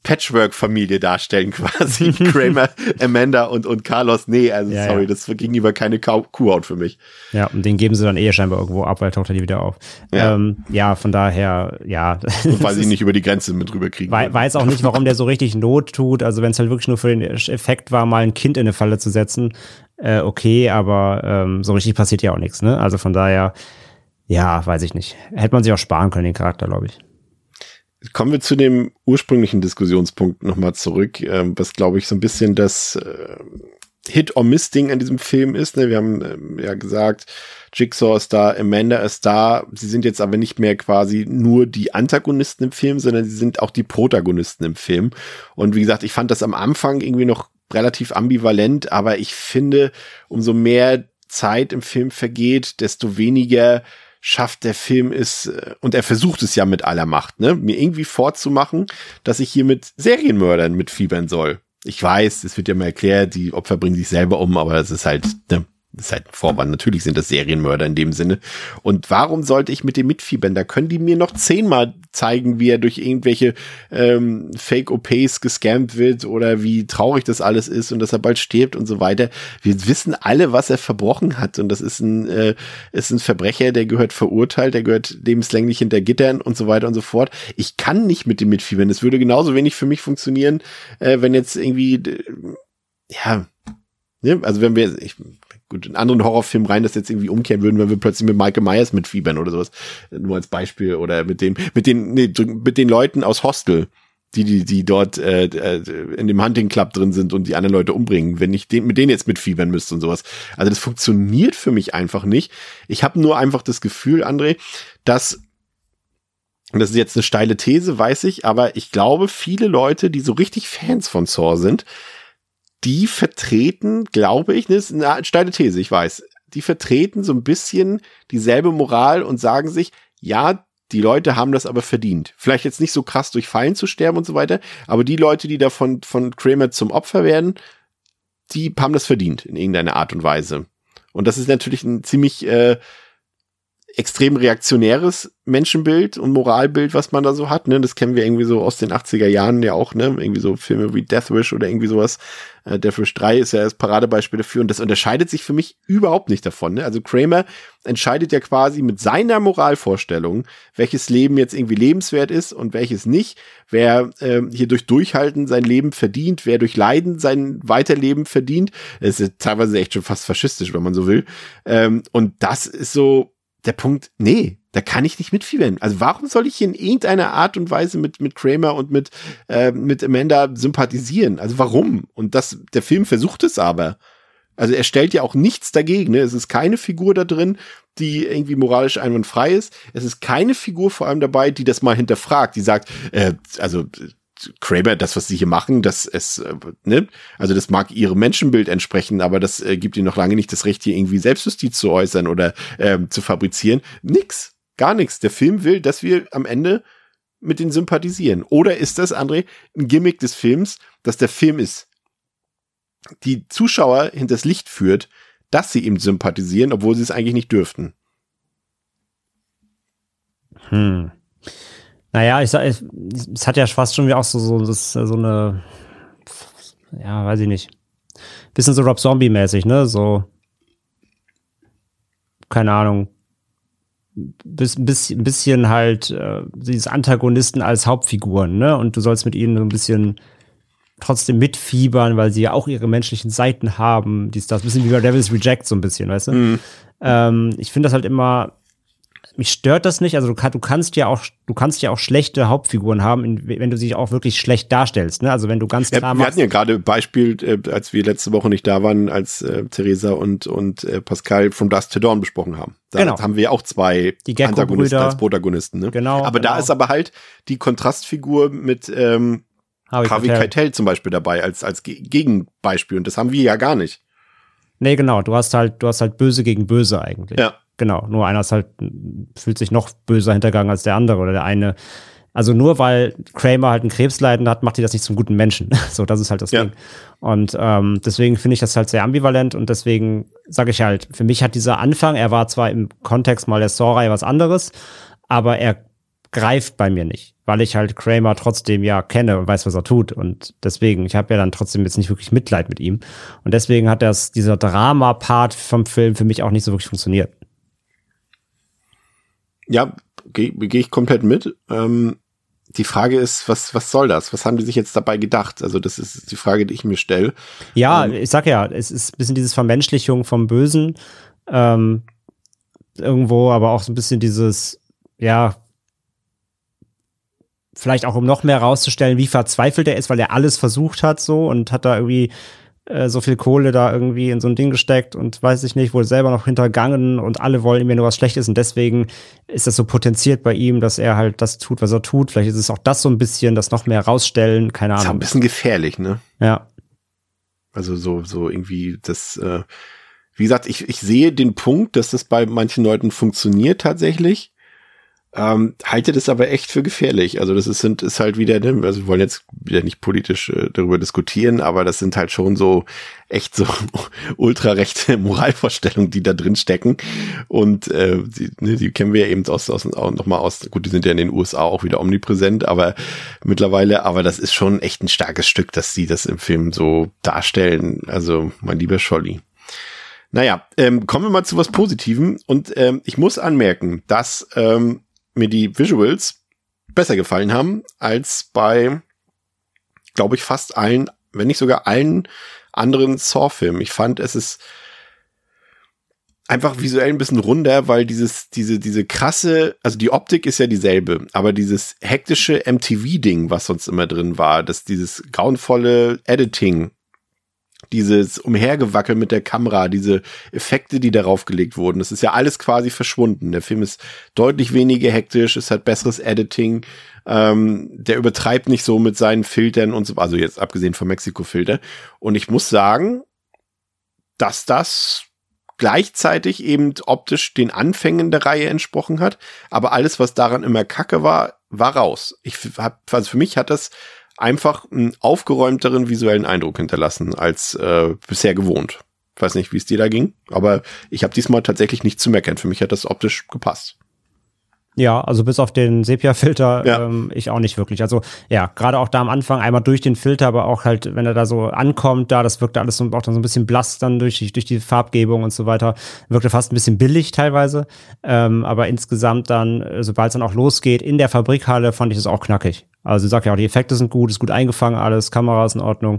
Patchwork-Familie darstellen quasi. Kramer, Amanda und Carlos. Nee, also sorry, das war gegenüber keine Kuhhaut für mich. Ja, und den geben sie dann scheinbar irgendwo ab, weil taucht er die wieder auf. Ja, von daher, ja. Und weil sie nicht über die Grenze mit rüber kriegen. Weiß auch nicht, warum der so richtig Not tut. Also wenn es halt wirklich nur für den Effekt war, mal ein Kind in eine Falle zu setzen, okay, aber so richtig passiert ja auch nichts, ne? Also von daher, ja, weiß ich nicht. Hätte man sich auch sparen können, den Charakter, glaube ich. Kommen wir zu dem ursprünglichen Diskussionspunkt nochmal zurück, was, glaube ich, so ein bisschen das Hit-or-Miss-Ding an diesem Film ist. Ne? Wir haben ja gesagt, Jigsaw ist da, Amanda ist da. Sie sind jetzt aber nicht mehr quasi nur die Antagonisten im Film, sondern sie sind auch die Protagonisten im Film. Und wie gesagt, ich fand das am Anfang irgendwie noch relativ ambivalent, aber ich finde, umso mehr Zeit im Film vergeht, desto weniger schafft der Film es, und er versucht es ja mit aller Macht, ne, mir irgendwie vorzumachen, dass ich hier mit Serienmördern mitfiebern soll. Ich weiß, es wird ja mal erklärt, die Opfer bringen sich selber um, aber das ist halt, ne, das ist halt ein Vorwand. Natürlich sind das Serienmörder in dem Sinne. Und warum sollte ich mit dem mitfiebern? Da können die mir noch 10-mal zeigen, wie er durch irgendwelche Fake-OPs gescammt wird oder wie traurig das alles ist und dass er bald stirbt und so weiter. Wir wissen alle, was er verbrochen hat. Und das ist ein Verbrecher, der gehört verurteilt, der gehört lebenslänglich hinter Gittern und so weiter und so fort. Ich kann nicht mit dem mitfiebern. Es würde genauso wenig für mich funktionieren, wenn jetzt irgendwie, also wenn wir, gut, in anderen Horrorfilmen rein das jetzt irgendwie umkehren würden, wenn wir plötzlich mit Michael Myers mitfiebern oder sowas. Nur als Beispiel. Oder mit den Leuten aus Hostel, die dort in dem Hunting Club drin sind und die anderen Leute umbringen, wenn ich mit denen jetzt mitfiebern müsste und sowas. Also das funktioniert für mich einfach nicht. Ich habe nur einfach das Gefühl, André, dass, und das ist jetzt eine steile These, weiß ich, aber ich glaube, viele Leute, die so richtig Fans von Saw sind, die vertreten, glaube ich, das ist eine steile These, ich weiß, die vertreten so ein bisschen dieselbe Moral und sagen sich, ja, die Leute haben das aber verdient. Vielleicht jetzt nicht so krass durch Fallen zu sterben und so weiter, aber die Leute, die da von Kramer zum Opfer werden, die haben das verdient in irgendeiner Art und Weise. Und das ist natürlich ein ziemlich extrem reaktionäres Menschenbild und Moralbild, was man da so hat, ne, das kennen wir irgendwie so aus den 80er Jahren ja auch, ne, irgendwie so Filme wie Death Wish oder irgendwie sowas. Death Wish 3 ist ja das Paradebeispiel dafür und das unterscheidet sich für mich überhaupt nicht davon, ne, also Kramer entscheidet ja quasi mit seiner Moralvorstellung, welches Leben jetzt irgendwie lebenswert ist und welches nicht, wer hier durch Durchhalten sein Leben verdient, wer durch Leiden sein Weiterleben verdient, das ist teilweise echt schon fast faschistisch, wenn man so will, und das ist so der Punkt, nee, da kann ich nicht mitfiebern. Also warum soll ich hier in irgendeiner Art und Weise mit Kramer und mit Amanda sympathisieren? Also warum? Und der Film versucht es aber. Also er stellt ja auch nichts dagegen. Ne? Es ist keine Figur da drin, die irgendwie moralisch einwandfrei ist. Es ist keine Figur vor allem dabei, die das mal hinterfragt, die sagt, Kramer, das, was sie hier machen, das mag ihrem Menschenbild entsprechen, aber das gibt ihnen noch lange nicht das Recht, hier irgendwie Selbstjustiz zu äußern oder zu fabrizieren. Nix, gar nichts. Der Film will, dass wir am Ende mit denen sympathisieren. Oder ist das, André, ein Gimmick des Films, dass der Film ist, die Zuschauer hinters Licht führt, dass sie ihm sympathisieren, obwohl sie es eigentlich nicht dürften? Naja, es hat ja fast schon wie auch so eine, ja, weiß ich nicht, bisschen so Rob Zombie-mäßig, ne, so, keine Ahnung, bisschen halt diese Antagonisten als Hauptfiguren, ne, und du sollst mit ihnen so ein bisschen trotzdem mitfiebern, weil sie ja auch ihre menschlichen Seiten haben, ein bisschen wie bei Devil's Reject so ein bisschen, weißt du? Ich finde das halt immer, mich stört das nicht, also du kannst ja auch schlechte Hauptfiguren haben, wenn du sie auch wirklich schlecht darstellst, ne? Also wenn du ganz klar machst. Wir hatten ja gerade Beispiel, als wir letzte Woche nicht da waren, als Theresa und Pascal From Dusk Till Dawn besprochen haben. Da haben wir auch zwei Antagonisten als Protagonisten, ne? Genau. Aber da ist aber halt die Kontrastfigur mit Harvey Keitel zum Beispiel dabei als Gegenbeispiel und das haben wir ja gar nicht. Nee, genau, du hast halt Böse gegen Böse eigentlich. Ja. Genau, nur einer fühlt sich noch böser hintergangen als der andere oder der eine. Also nur weil Kramer halt ein Krebsleiden hat, macht die das nicht zum guten Menschen. So, das ist halt das Ding. Und deswegen finde ich das halt sehr ambivalent und deswegen sage ich halt, für mich hat dieser Anfang, er war zwar im Kontext mal der Saw-Reihe was anderes, aber er greift bei mir nicht, weil ich halt Kramer trotzdem ja kenne und weiß, was er tut. Und deswegen, ich habe ja dann trotzdem jetzt nicht wirklich Mitleid mit ihm. Und deswegen hat dieser Drama-Part vom Film für mich auch nicht so wirklich funktioniert. Ja, gehe ich komplett mit. Die Frage ist, was soll das? Was haben die sich jetzt dabei gedacht? Also das ist die Frage, die ich mir stelle. Ja, ich sag ja, es ist ein bisschen dieses Vermenschlichung vom Bösen. Irgendwo, aber auch so ein bisschen dieses, ja, vielleicht auch um noch mehr rauszustellen, wie verzweifelt er ist, weil er alles versucht hat so und hat da irgendwie so viel Kohle da irgendwie in so ein Ding gesteckt und weiß ich nicht, wurde selber noch hintergangen und alle wollen ihm ja nur was Schlechtes und deswegen ist das so potenziert bei ihm, dass er halt das tut, was er tut. Vielleicht ist es auch das so ein bisschen, das noch mehr rausstellen, keine Ahnung. Ist auch ein bisschen gefährlich, ne? Ja. Also so irgendwie das, wie gesagt, ich sehe den Punkt, dass das bei manchen Leuten funktioniert tatsächlich. Halte das aber echt für gefährlich. Also das ist halt wieder, also wir wollen jetzt wieder nicht politisch darüber diskutieren, aber das sind halt schon so echt so ultrarechte Moralvorstellungen, die da drin stecken. Und die kennen wir ja eben nochmal aus, gut, die sind ja in den USA auch wieder omnipräsent, aber mittlerweile, aber das ist schon echt ein starkes Stück, dass die das im Film so darstellen. Also mein lieber Scholli. Naja, kommen wir mal zu was Positivem. Und ich muss anmerken, dass mir die Visuals besser gefallen haben als bei, glaube ich, fast allen, wenn nicht sogar allen anderen Saw-Filmen. Ich fand, es ist einfach visuell ein bisschen runder, weil diese krasse, also die Optik ist ja dieselbe, aber dieses hektische MTV-Ding, was sonst immer drin war, dieses grauenvolle Editing, dieses Umhergewackel mit der Kamera, diese Effekte, die darauf gelegt wurden, das ist ja alles quasi verschwunden. Der Film ist deutlich weniger hektisch, es hat besseres Editing, der übertreibt nicht so mit seinen Filtern und so, also jetzt abgesehen vom Mexiko-Filter. Und ich muss sagen, dass das gleichzeitig eben optisch den Anfängen der Reihe entsprochen hat, aber alles, was daran immer kacke war, war raus. Also für mich hat das einfach einen aufgeräumteren visuellen Eindruck hinterlassen als bisher gewohnt. Ich weiß nicht, wie es dir da ging, aber ich habe diesmal tatsächlich nichts zu meckern. Für mich hat das optisch gepasst. Ja, also bis auf den Sepia-Filter, ich auch nicht wirklich. Also ja, gerade auch da am Anfang einmal durch den Filter, aber auch halt, wenn er da so ankommt, das wirkte alles so, auch dann so ein bisschen blass dann durch die Farbgebung und so weiter. Wirkte fast ein bisschen billig teilweise. Aber insgesamt dann, sobald es dann auch losgeht, in der Fabrikhalle fand ich es auch knackig. Also ich sag ja auch, die Effekte sind gut, ist gut eingefangen alles, Kamera ist in Ordnung.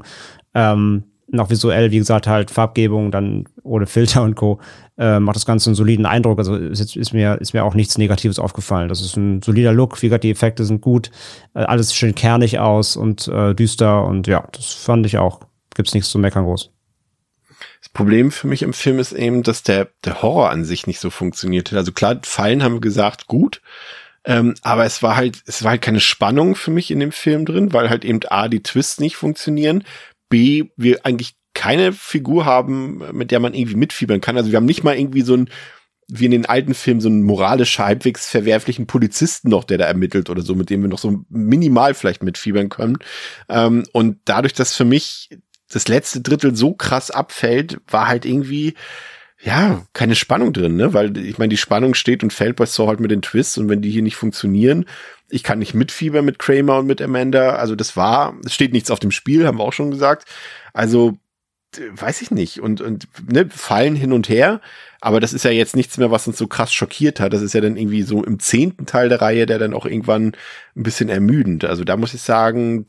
Noch visuell, wie gesagt, halt Farbgebung, dann ohne Filter und Co. Macht das Ganze einen soliden Eindruck. Also ist mir auch nichts Negatives aufgefallen. Das ist ein solider Look, wie gesagt, die Effekte sind gut, alles schön kernig aus und düster und ja, das fand ich auch. Gibt's nichts zu meckern groß. Das Problem für mich im Film ist eben, dass der Horror an sich nicht so funktioniert hat. Also klar, Fallen haben wir gesagt, gut. Aber es war halt keine Spannung für mich in dem Film drin, weil halt eben A, die Twists nicht funktionieren, B, wir eigentlich keine Figur haben, mit der man irgendwie mitfiebern kann. Also wir haben nicht mal irgendwie wie in den alten Filmen, so einen moralisch halbwegs verwerflichen Polizisten noch, der da ermittelt oder so, mit dem wir noch so minimal vielleicht mitfiebern können. Und dadurch, dass für mich das letzte Drittel so krass abfällt, war halt irgendwie ja, keine Spannung drin, ne? Weil ich meine, die Spannung steht und fällt bei Saw halt mit den Twists und wenn die hier nicht funktionieren, ich kann nicht mitfiebern mit Kramer und mit Amanda, also es steht nichts auf dem Spiel, haben wir auch schon gesagt. Also weiß ich nicht und ne, Fallen hin und her, aber das ist ja jetzt nichts mehr, was uns so krass schockiert hat. Das ist ja dann irgendwie so im 10. Teil der Reihe, der dann auch irgendwann ein bisschen ermüdend. Also da muss ich sagen,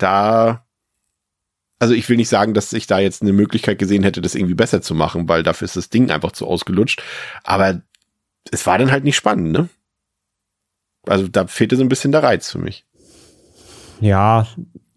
also ich will nicht sagen, dass ich da jetzt eine Möglichkeit gesehen hätte, das irgendwie besser zu machen, weil dafür ist das Ding einfach zu ausgelutscht. Aber es war dann halt nicht spannend, ne? Also da fehlte so ein bisschen der Reiz für mich. Ja,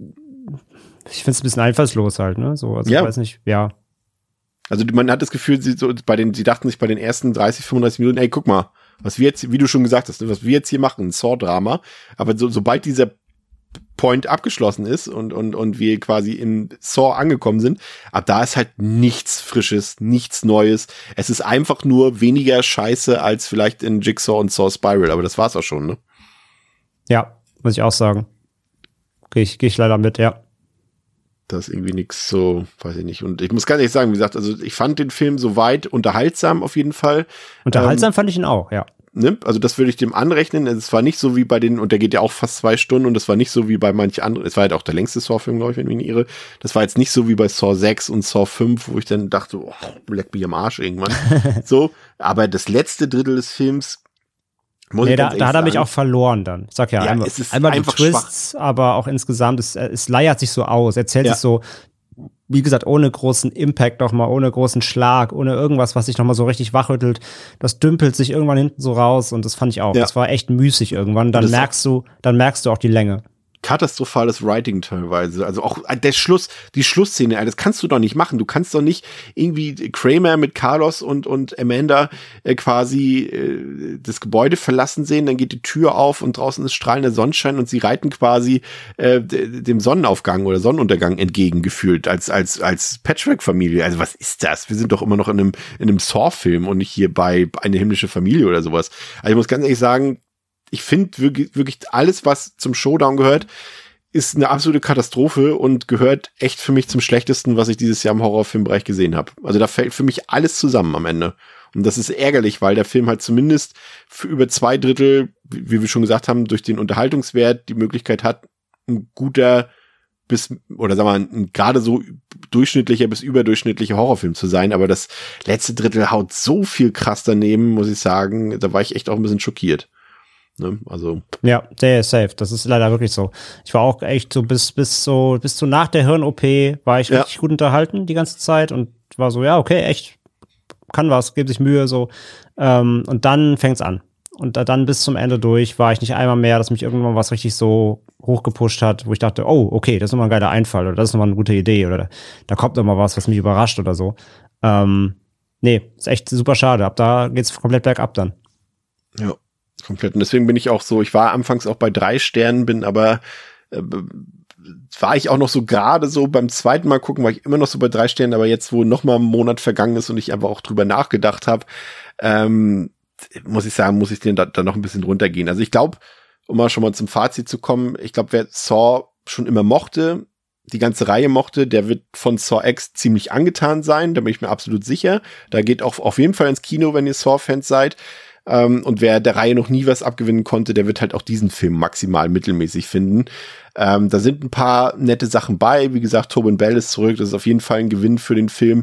ich finde es ein bisschen einfallslos halt, ne? So, also ja. Ich weiß nicht, ja. Also man hat das Gefühl, sie dachten sich bei den ersten 30, 35 Minuten, ey, guck mal, was wir jetzt, wie du schon gesagt hast, was wir jetzt hier machen, ein Saw-Drama. Aber sobald dieser Point abgeschlossen ist und wir quasi in Saw angekommen sind, ab da ist halt nichts Frisches, nichts Neues. Es ist einfach nur weniger Scheiße als vielleicht in Jigsaw und Saw Spiral, aber das war's auch schon, ne? Ja, muss ich auch sagen. Geh ich leider mit, ja. Das ist irgendwie nichts so, weiß ich nicht. Und ich muss ganz ehrlich sagen, wie gesagt, also ich fand den Film soweit unterhaltsam auf jeden Fall. Unterhaltsam fand ich ihn auch, ja. ne, also das würde ich dem anrechnen. Es war nicht so wie bei den, und der geht ja auch fast 2 Stunden, und das war nicht so wie bei manchen anderen, es war halt auch der längste Saw-Film, glaube ich, wenn ich mich nicht irre. Das war jetzt nicht so wie bei Saw 6 und Saw 5, wo ich dann dachte, oh, leck mich am Arsch irgendwann. So, aber das letzte Drittel des Films, da hat er mich auch verloren dann. Ich sag ja, einmal die Twists, schwach. Aber auch insgesamt, es leiert sich so aus, erzählt sich so, wie gesagt, ohne großen Impact nochmal, ohne großen Schlag, ohne irgendwas, was sich nochmal so richtig wachrüttelt. Das dümpelt sich irgendwann hinten so raus und das fand ich auch. Ja. Das war echt müßig irgendwann. Dann merkst du auch die Länge. Katastrophales Writing teilweise. Also auch die Schlussszene, das kannst du doch nicht machen. Du kannst doch nicht irgendwie Kramer mit Carlos und Amanda quasi das Gebäude verlassen sehen, dann geht die Tür auf und draußen ist strahlender Sonnenschein und sie reiten quasi dem Sonnenaufgang oder Sonnenuntergang entgegengefühlt als Patchwork-Familie. Also was ist das? Wir sind doch immer noch in einem Saw-Film und nicht hier bei Eine himmlische Familie oder sowas. Also ich muss ganz ehrlich sagen, ich finde wirklich alles, was zum Showdown gehört, ist eine absolute Katastrophe und gehört echt für mich zum Schlechtesten, was ich dieses Jahr im Horrorfilmbereich gesehen habe. Also da fällt für mich alles zusammen am Ende. Und das ist ärgerlich, weil der Film halt zumindest für über 2 Drittel, wie wir schon gesagt haben, durch den Unterhaltungswert die Möglichkeit hat, ein guter ein gerade so durchschnittlicher bis überdurchschnittlicher Horrorfilm zu sein. Aber das letzte Drittel haut so viel krass daneben, muss ich sagen. Da war ich echt auch ein bisschen schockiert. Ne? Also. Ja, der ist safe. Das ist leider wirklich so. Ich war auch echt so bis zu nach der Hirn-OP war ich richtig gut unterhalten die ganze Zeit und war so, ja, okay, echt, kann was, gibt sich Mühe, so. Und dann fängt's an. Und dann bis zum Ende durch war ich nicht einmal mehr, dass mich irgendwann was richtig so hochgepusht hat, wo ich dachte, oh, okay, das ist nochmal ein geiler Einfall oder das ist nochmal eine gute Idee oder da kommt nochmal was mich überrascht oder so. Nee, ist echt super schade. Ab da geht's komplett bergab dann. Ja. Komplett. Und deswegen bin ich auch so, ich war anfangs auch bei 3 Sternen, bin aber war ich auch noch so gerade so beim zweiten Mal gucken, war ich immer noch so bei 3 Sternen, aber jetzt, wo noch mal ein Monat vergangen ist und ich einfach auch drüber nachgedacht habe, muss ich sagen, muss ich den da noch ein bisschen runtergehen. Also ich glaube, um mal schon mal zum Fazit zu kommen, ich glaube, wer Saw schon immer mochte, die ganze Reihe mochte, der wird von Saw X ziemlich angetan sein, da bin ich mir absolut sicher. Da geht auch auf jeden Fall ins Kino, wenn ihr Saw-Fans seid. Und wer der Reihe noch nie was abgewinnen konnte, der wird halt auch diesen Film maximal mittelmäßig finden. Da sind ein paar nette Sachen bei. Wie gesagt, Tobin Bell ist zurück. Das ist auf jeden Fall ein Gewinn für den Film.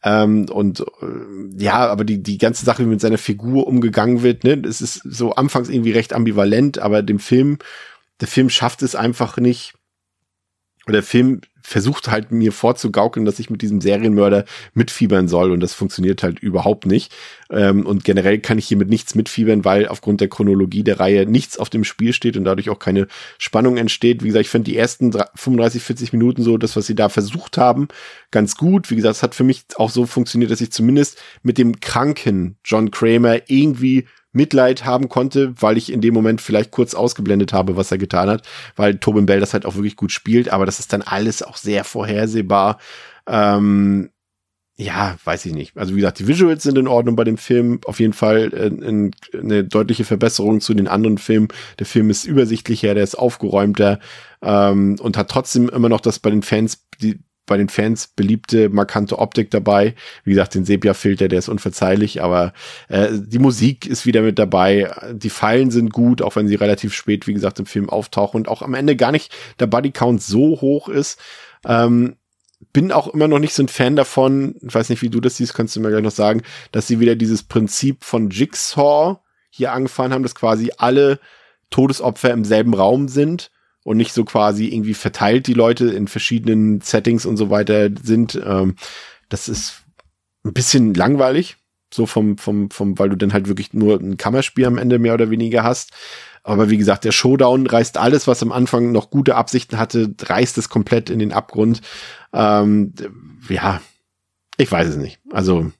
Aber die ganze Sache, wie mit seiner Figur umgegangen wird, ne, es ist so anfangs irgendwie recht ambivalent, aber der Film schafft es einfach nicht. Der Film versucht halt mir vorzugaukeln, dass ich mit diesem Serienmörder mitfiebern soll und das funktioniert halt überhaupt nicht. Und generell kann ich hier mit nichts mitfiebern, weil aufgrund der Chronologie der Reihe nichts auf dem Spiel steht und dadurch auch keine Spannung entsteht. Wie gesagt, ich finde die ersten 35, 40 Minuten so, das, was sie da versucht haben, ganz gut. Wie gesagt, es hat für mich auch so funktioniert, dass ich zumindest mit dem kranken John Kramer irgendwie Mitleid haben konnte, weil ich in dem Moment vielleicht kurz ausgeblendet habe, was er getan hat, weil Tobin Bell das halt auch wirklich gut spielt, aber das ist dann alles auch sehr vorhersehbar. Weiß ich nicht. Also wie gesagt, die Visuals sind in Ordnung bei dem Film, auf jeden Fall eine deutliche Verbesserung zu den anderen Filmen. Der Film ist übersichtlicher, der ist aufgeräumter und hat trotzdem immer noch das bei den Fans beliebte, markante Optik dabei. Wie gesagt, den Sepia-Filter, der ist unverzeihlich, aber die Musik ist wieder mit dabei. Die Fallen sind gut, auch wenn sie relativ spät, wie gesagt, im Film auftauchen und auch am Ende gar nicht der Bodycount so hoch ist. Bin auch immer noch nicht so ein Fan davon, ich weiß nicht, wie du das siehst, kannst du mir gleich noch sagen, dass sie wieder dieses Prinzip von Jigsaw hier angefahren haben, dass quasi alle Todesopfer im selben Raum sind und nicht so quasi irgendwie verteilt die Leute in verschiedenen Settings und so weiter sind. Das ist ein bisschen langweilig, so weil du dann halt wirklich nur ein Kammerspiel am Ende mehr oder weniger hast. Aber wie gesagt, der Showdown reißt alles, was am Anfang noch gute Absichten hatte, reißt es komplett in den Abgrund. Ich weiß es nicht. Also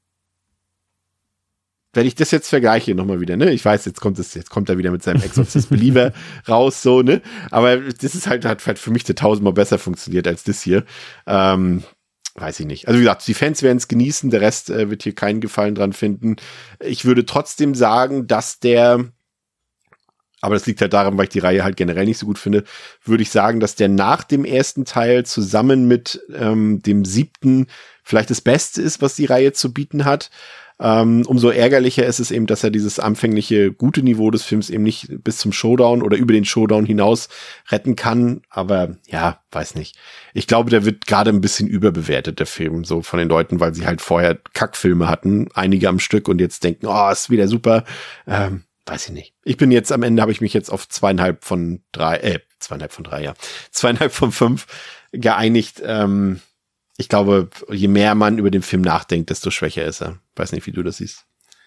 wenn ich das jetzt vergleiche nochmal wieder, ne, ich weiß, jetzt kommt er wieder mit seinem Exorcist Believer raus, so, ne, aber das ist halt, hat für mich 1000-mal besser funktioniert als das hier. Weiß ich nicht. Also wie gesagt, die Fans werden es genießen, der Rest wird hier keinen Gefallen dran finden. Ich würde trotzdem sagen, dass aber das liegt halt daran, weil ich die Reihe halt generell nicht so gut finde, würde ich sagen, dass der nach dem ersten Teil zusammen mit dem 7. vielleicht das Beste ist, was die Reihe zu bieten hat. Umso ärgerlicher ist es eben, dass er dieses anfängliche gute Niveau des Films eben nicht bis zum Showdown oder über den Showdown hinaus retten kann. Aber ja, weiß nicht. Ich glaube, der wird gerade ein bisschen überbewertet, der Film, so von den Leuten, weil sie halt vorher Kackfilme hatten, einige am Stück und jetzt denken, oh, ist wieder super. Weiß ich nicht. Ich bin jetzt am Ende, habe ich mich jetzt auf 2,5 von 5 geeinigt. Ich glaube, je mehr man über den Film nachdenkt, desto schwächer ist er. Weiß nicht, wie du das siehst.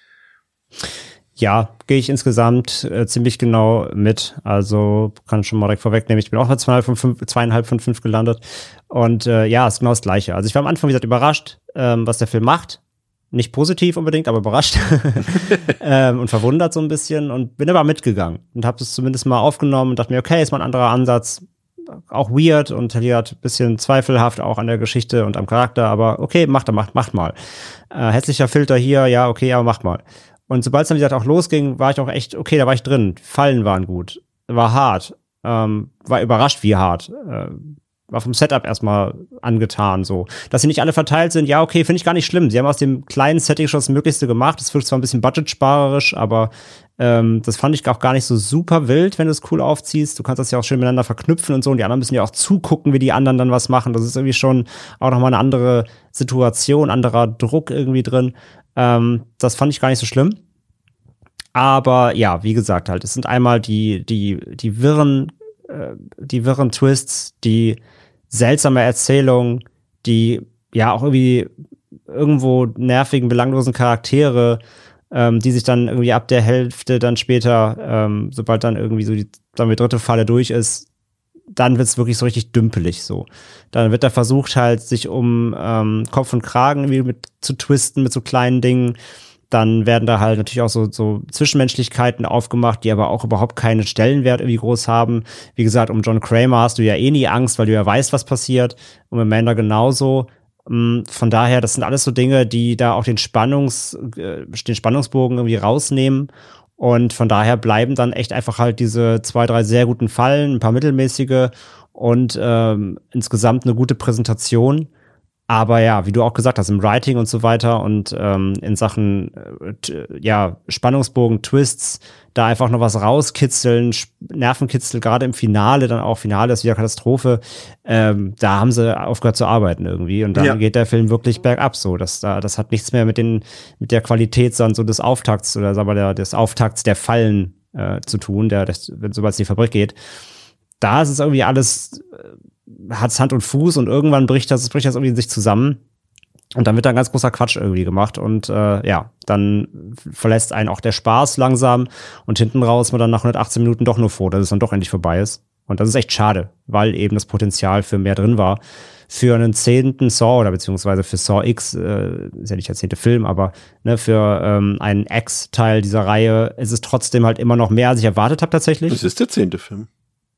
Ja, gehe ich insgesamt ziemlich genau mit. Also kann schon mal direkt vorwegnehmen, ich bin auch bei 2,5 von 5 gelandet. Und ja, ist genau das Gleiche. Also ich war am Anfang, wie gesagt, überrascht, was der Film macht. Nicht positiv unbedingt, aber überrascht und verwundert so ein bisschen und bin aber mitgegangen und habe das zumindest mal aufgenommen und dachte mir, okay, ist mal ein anderer Ansatz. Auch weird und hier hat ein bisschen zweifelhaft auch an der Geschichte und am Charakter, aber okay, macht mal. Hässlicher Filter hier, ja, okay, aber macht mal. Und sobald es dann, wie gesagt, auch losging, war ich auch echt, okay, da war ich drin. Die Fallen waren gut. War hart. War überrascht, wie hart. War vom Setup erstmal angetan, so. Dass sie nicht alle verteilt sind, ja, okay, finde ich gar nicht schlimm. Sie haben aus dem kleinen Setting schon das Möglichste gemacht. Es wirkt zwar ein bisschen budgetsparerisch, aber das fand ich auch gar nicht so super wild, wenn du es cool aufziehst. Du kannst das ja auch schön miteinander verknüpfen und so. Und die anderen müssen ja auch zugucken, wie die anderen dann was machen. Das ist irgendwie schon auch nochmal eine andere Situation, anderer Druck irgendwie drin. Das fand ich gar nicht so schlimm. Aber ja, wie gesagt, halt, es sind einmal die wirren Twists, die seltsame Erzählung, die ja auch irgendwie irgendwo nervigen, belanglosen Charaktere, die sich dann irgendwie ab der Hälfte dann später, sobald dann irgendwie so die dritte Falle durch ist, dann wird's wirklich so richtig dümpelig so. Dann wird da versucht halt, sich um Kopf und Kragen irgendwie mit zu twisten mit so kleinen Dingen. Dann werden da halt natürlich auch so Zwischenmenschlichkeiten aufgemacht, die aber auch überhaupt keinen Stellenwert irgendwie groß haben. Wie gesagt, um John Kramer hast du ja eh nie Angst, weil du ja weißt, was passiert. Um Amanda genauso. Von daher, das sind alles so Dinge, die da auch den Spannungsbogen irgendwie rausnehmen. Und von daher bleiben dann echt einfach halt diese 2, 3 sehr guten Fallen, ein paar mittelmäßige und insgesamt eine gute Präsentation. Aber ja, wie du auch gesagt hast, im Writing und so weiter und in Sachen Spannungsbogen, Twists, da einfach noch was rauskitzeln, Nervenkitzel, gerade im Finale, Finale ist wieder Katastrophe, da haben sie aufgehört zu arbeiten irgendwie und dann geht der Film wirklich bergab so. Das hat nichts mehr mit der Qualität, sondern so des Auftakts oder sagen wir des Auftakts der Fallen zu tun, sobald es in die Fabrik geht. Da ist es irgendwie alles hat's Hand und Fuß und irgendwann bricht das irgendwie in sich zusammen und dann wird da ein ganz großer Quatsch irgendwie gemacht und dann verlässt einen auch der Spaß langsam und hinten raus man dann nach 118 Minuten doch nur froh, dass es dann doch endlich vorbei ist und das ist echt schade, weil eben das Potenzial für mehr drin war. Für einen 10. Saw oder beziehungsweise für Saw X, ist ja nicht der 10. Film, aber für einen X-Teil dieser Reihe ist es trotzdem halt immer noch mehr, als ich erwartet habe tatsächlich. Das ist der 10. Film.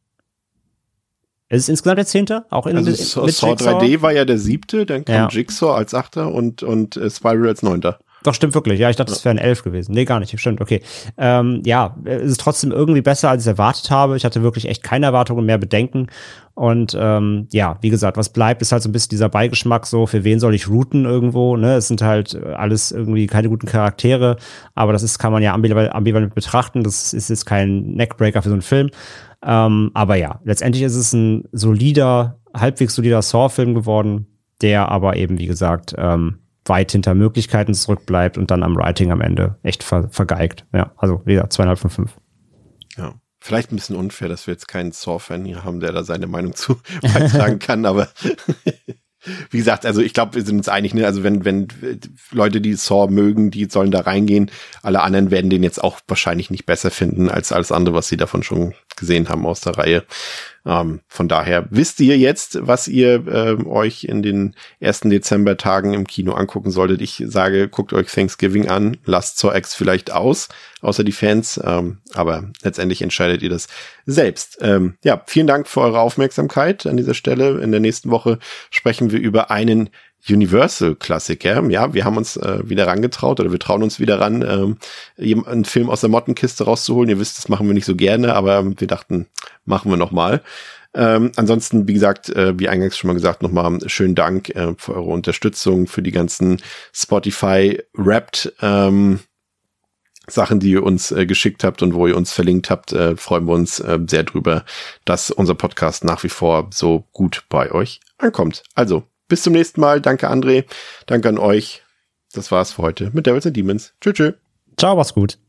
Ist es insgesamt der 10.? Auch in also mit Saw Jigsaw? 3D war ja der 7., dann kam Jigsaw als 8. und Spiral als 9. Doch, stimmt wirklich. Ja, ich dachte, das wäre ein 11 gewesen. Nee, gar nicht. Stimmt, okay. Es ist trotzdem irgendwie besser, als ich erwartet habe. Ich hatte wirklich echt keine Erwartungen, mehr Bedenken. Und wie gesagt, was bleibt, ist halt so ein bisschen dieser Beigeschmack so, für wen soll ich routen irgendwo, ne? Es sind halt alles irgendwie keine guten Charaktere, aber kann man ja ambivalent betrachten. Das ist jetzt kein Neckbreaker für so einen Film. Aber ja, letztendlich ist es ein halbwegs solider Saw-Film geworden, der aber eben, wie gesagt, weit hinter Möglichkeiten zurückbleibt und dann am Writing am Ende echt vergeigt. Ja, also wieder 2,5 von 5. Ja, vielleicht ein bisschen unfair, dass wir jetzt keinen Saw-Fan hier haben, der da seine Meinung zu beitragen kann, aber wie gesagt, also ich glaube, wir sind uns einig, ne? Also wenn Leute, die Saw mögen, die sollen da reingehen. Alle anderen werden den jetzt auch wahrscheinlich nicht besser finden als alles andere, was sie davon schon gesehen haben aus der Reihe. Von daher wisst ihr jetzt, was ihr euch in den 1. Dezember-Tagen im Kino angucken solltet. Ich sage, guckt euch Thanksgiving an, lasst Saw X vielleicht aus, außer die Fans, aber letztendlich entscheidet ihr das selbst. Vielen Dank für eure Aufmerksamkeit an dieser Stelle. In der nächsten Woche sprechen wir über einen Universal-Klassiker. Ja, wir haben uns wieder rangetraut oder wir trauen uns wieder ran, einen Film aus der Mottenkiste rauszuholen. Ihr wisst, das machen wir nicht so gerne, aber wir dachten, machen wir noch mal. Ansonsten, wie gesagt, wie eingangs schon mal gesagt, nochmal schönen Dank für eure Unterstützung, für die ganzen Spotify-Wrapped Sachen, die ihr uns geschickt habt und wo ihr uns verlinkt habt. Freuen wir uns sehr drüber, dass unser Podcast nach wie vor so gut bei euch ankommt. Also, bis zum nächsten Mal. Danke, André. Danke an euch. Das war's für heute mit Devils and Demons. Tschüss. Ciao, mach's gut.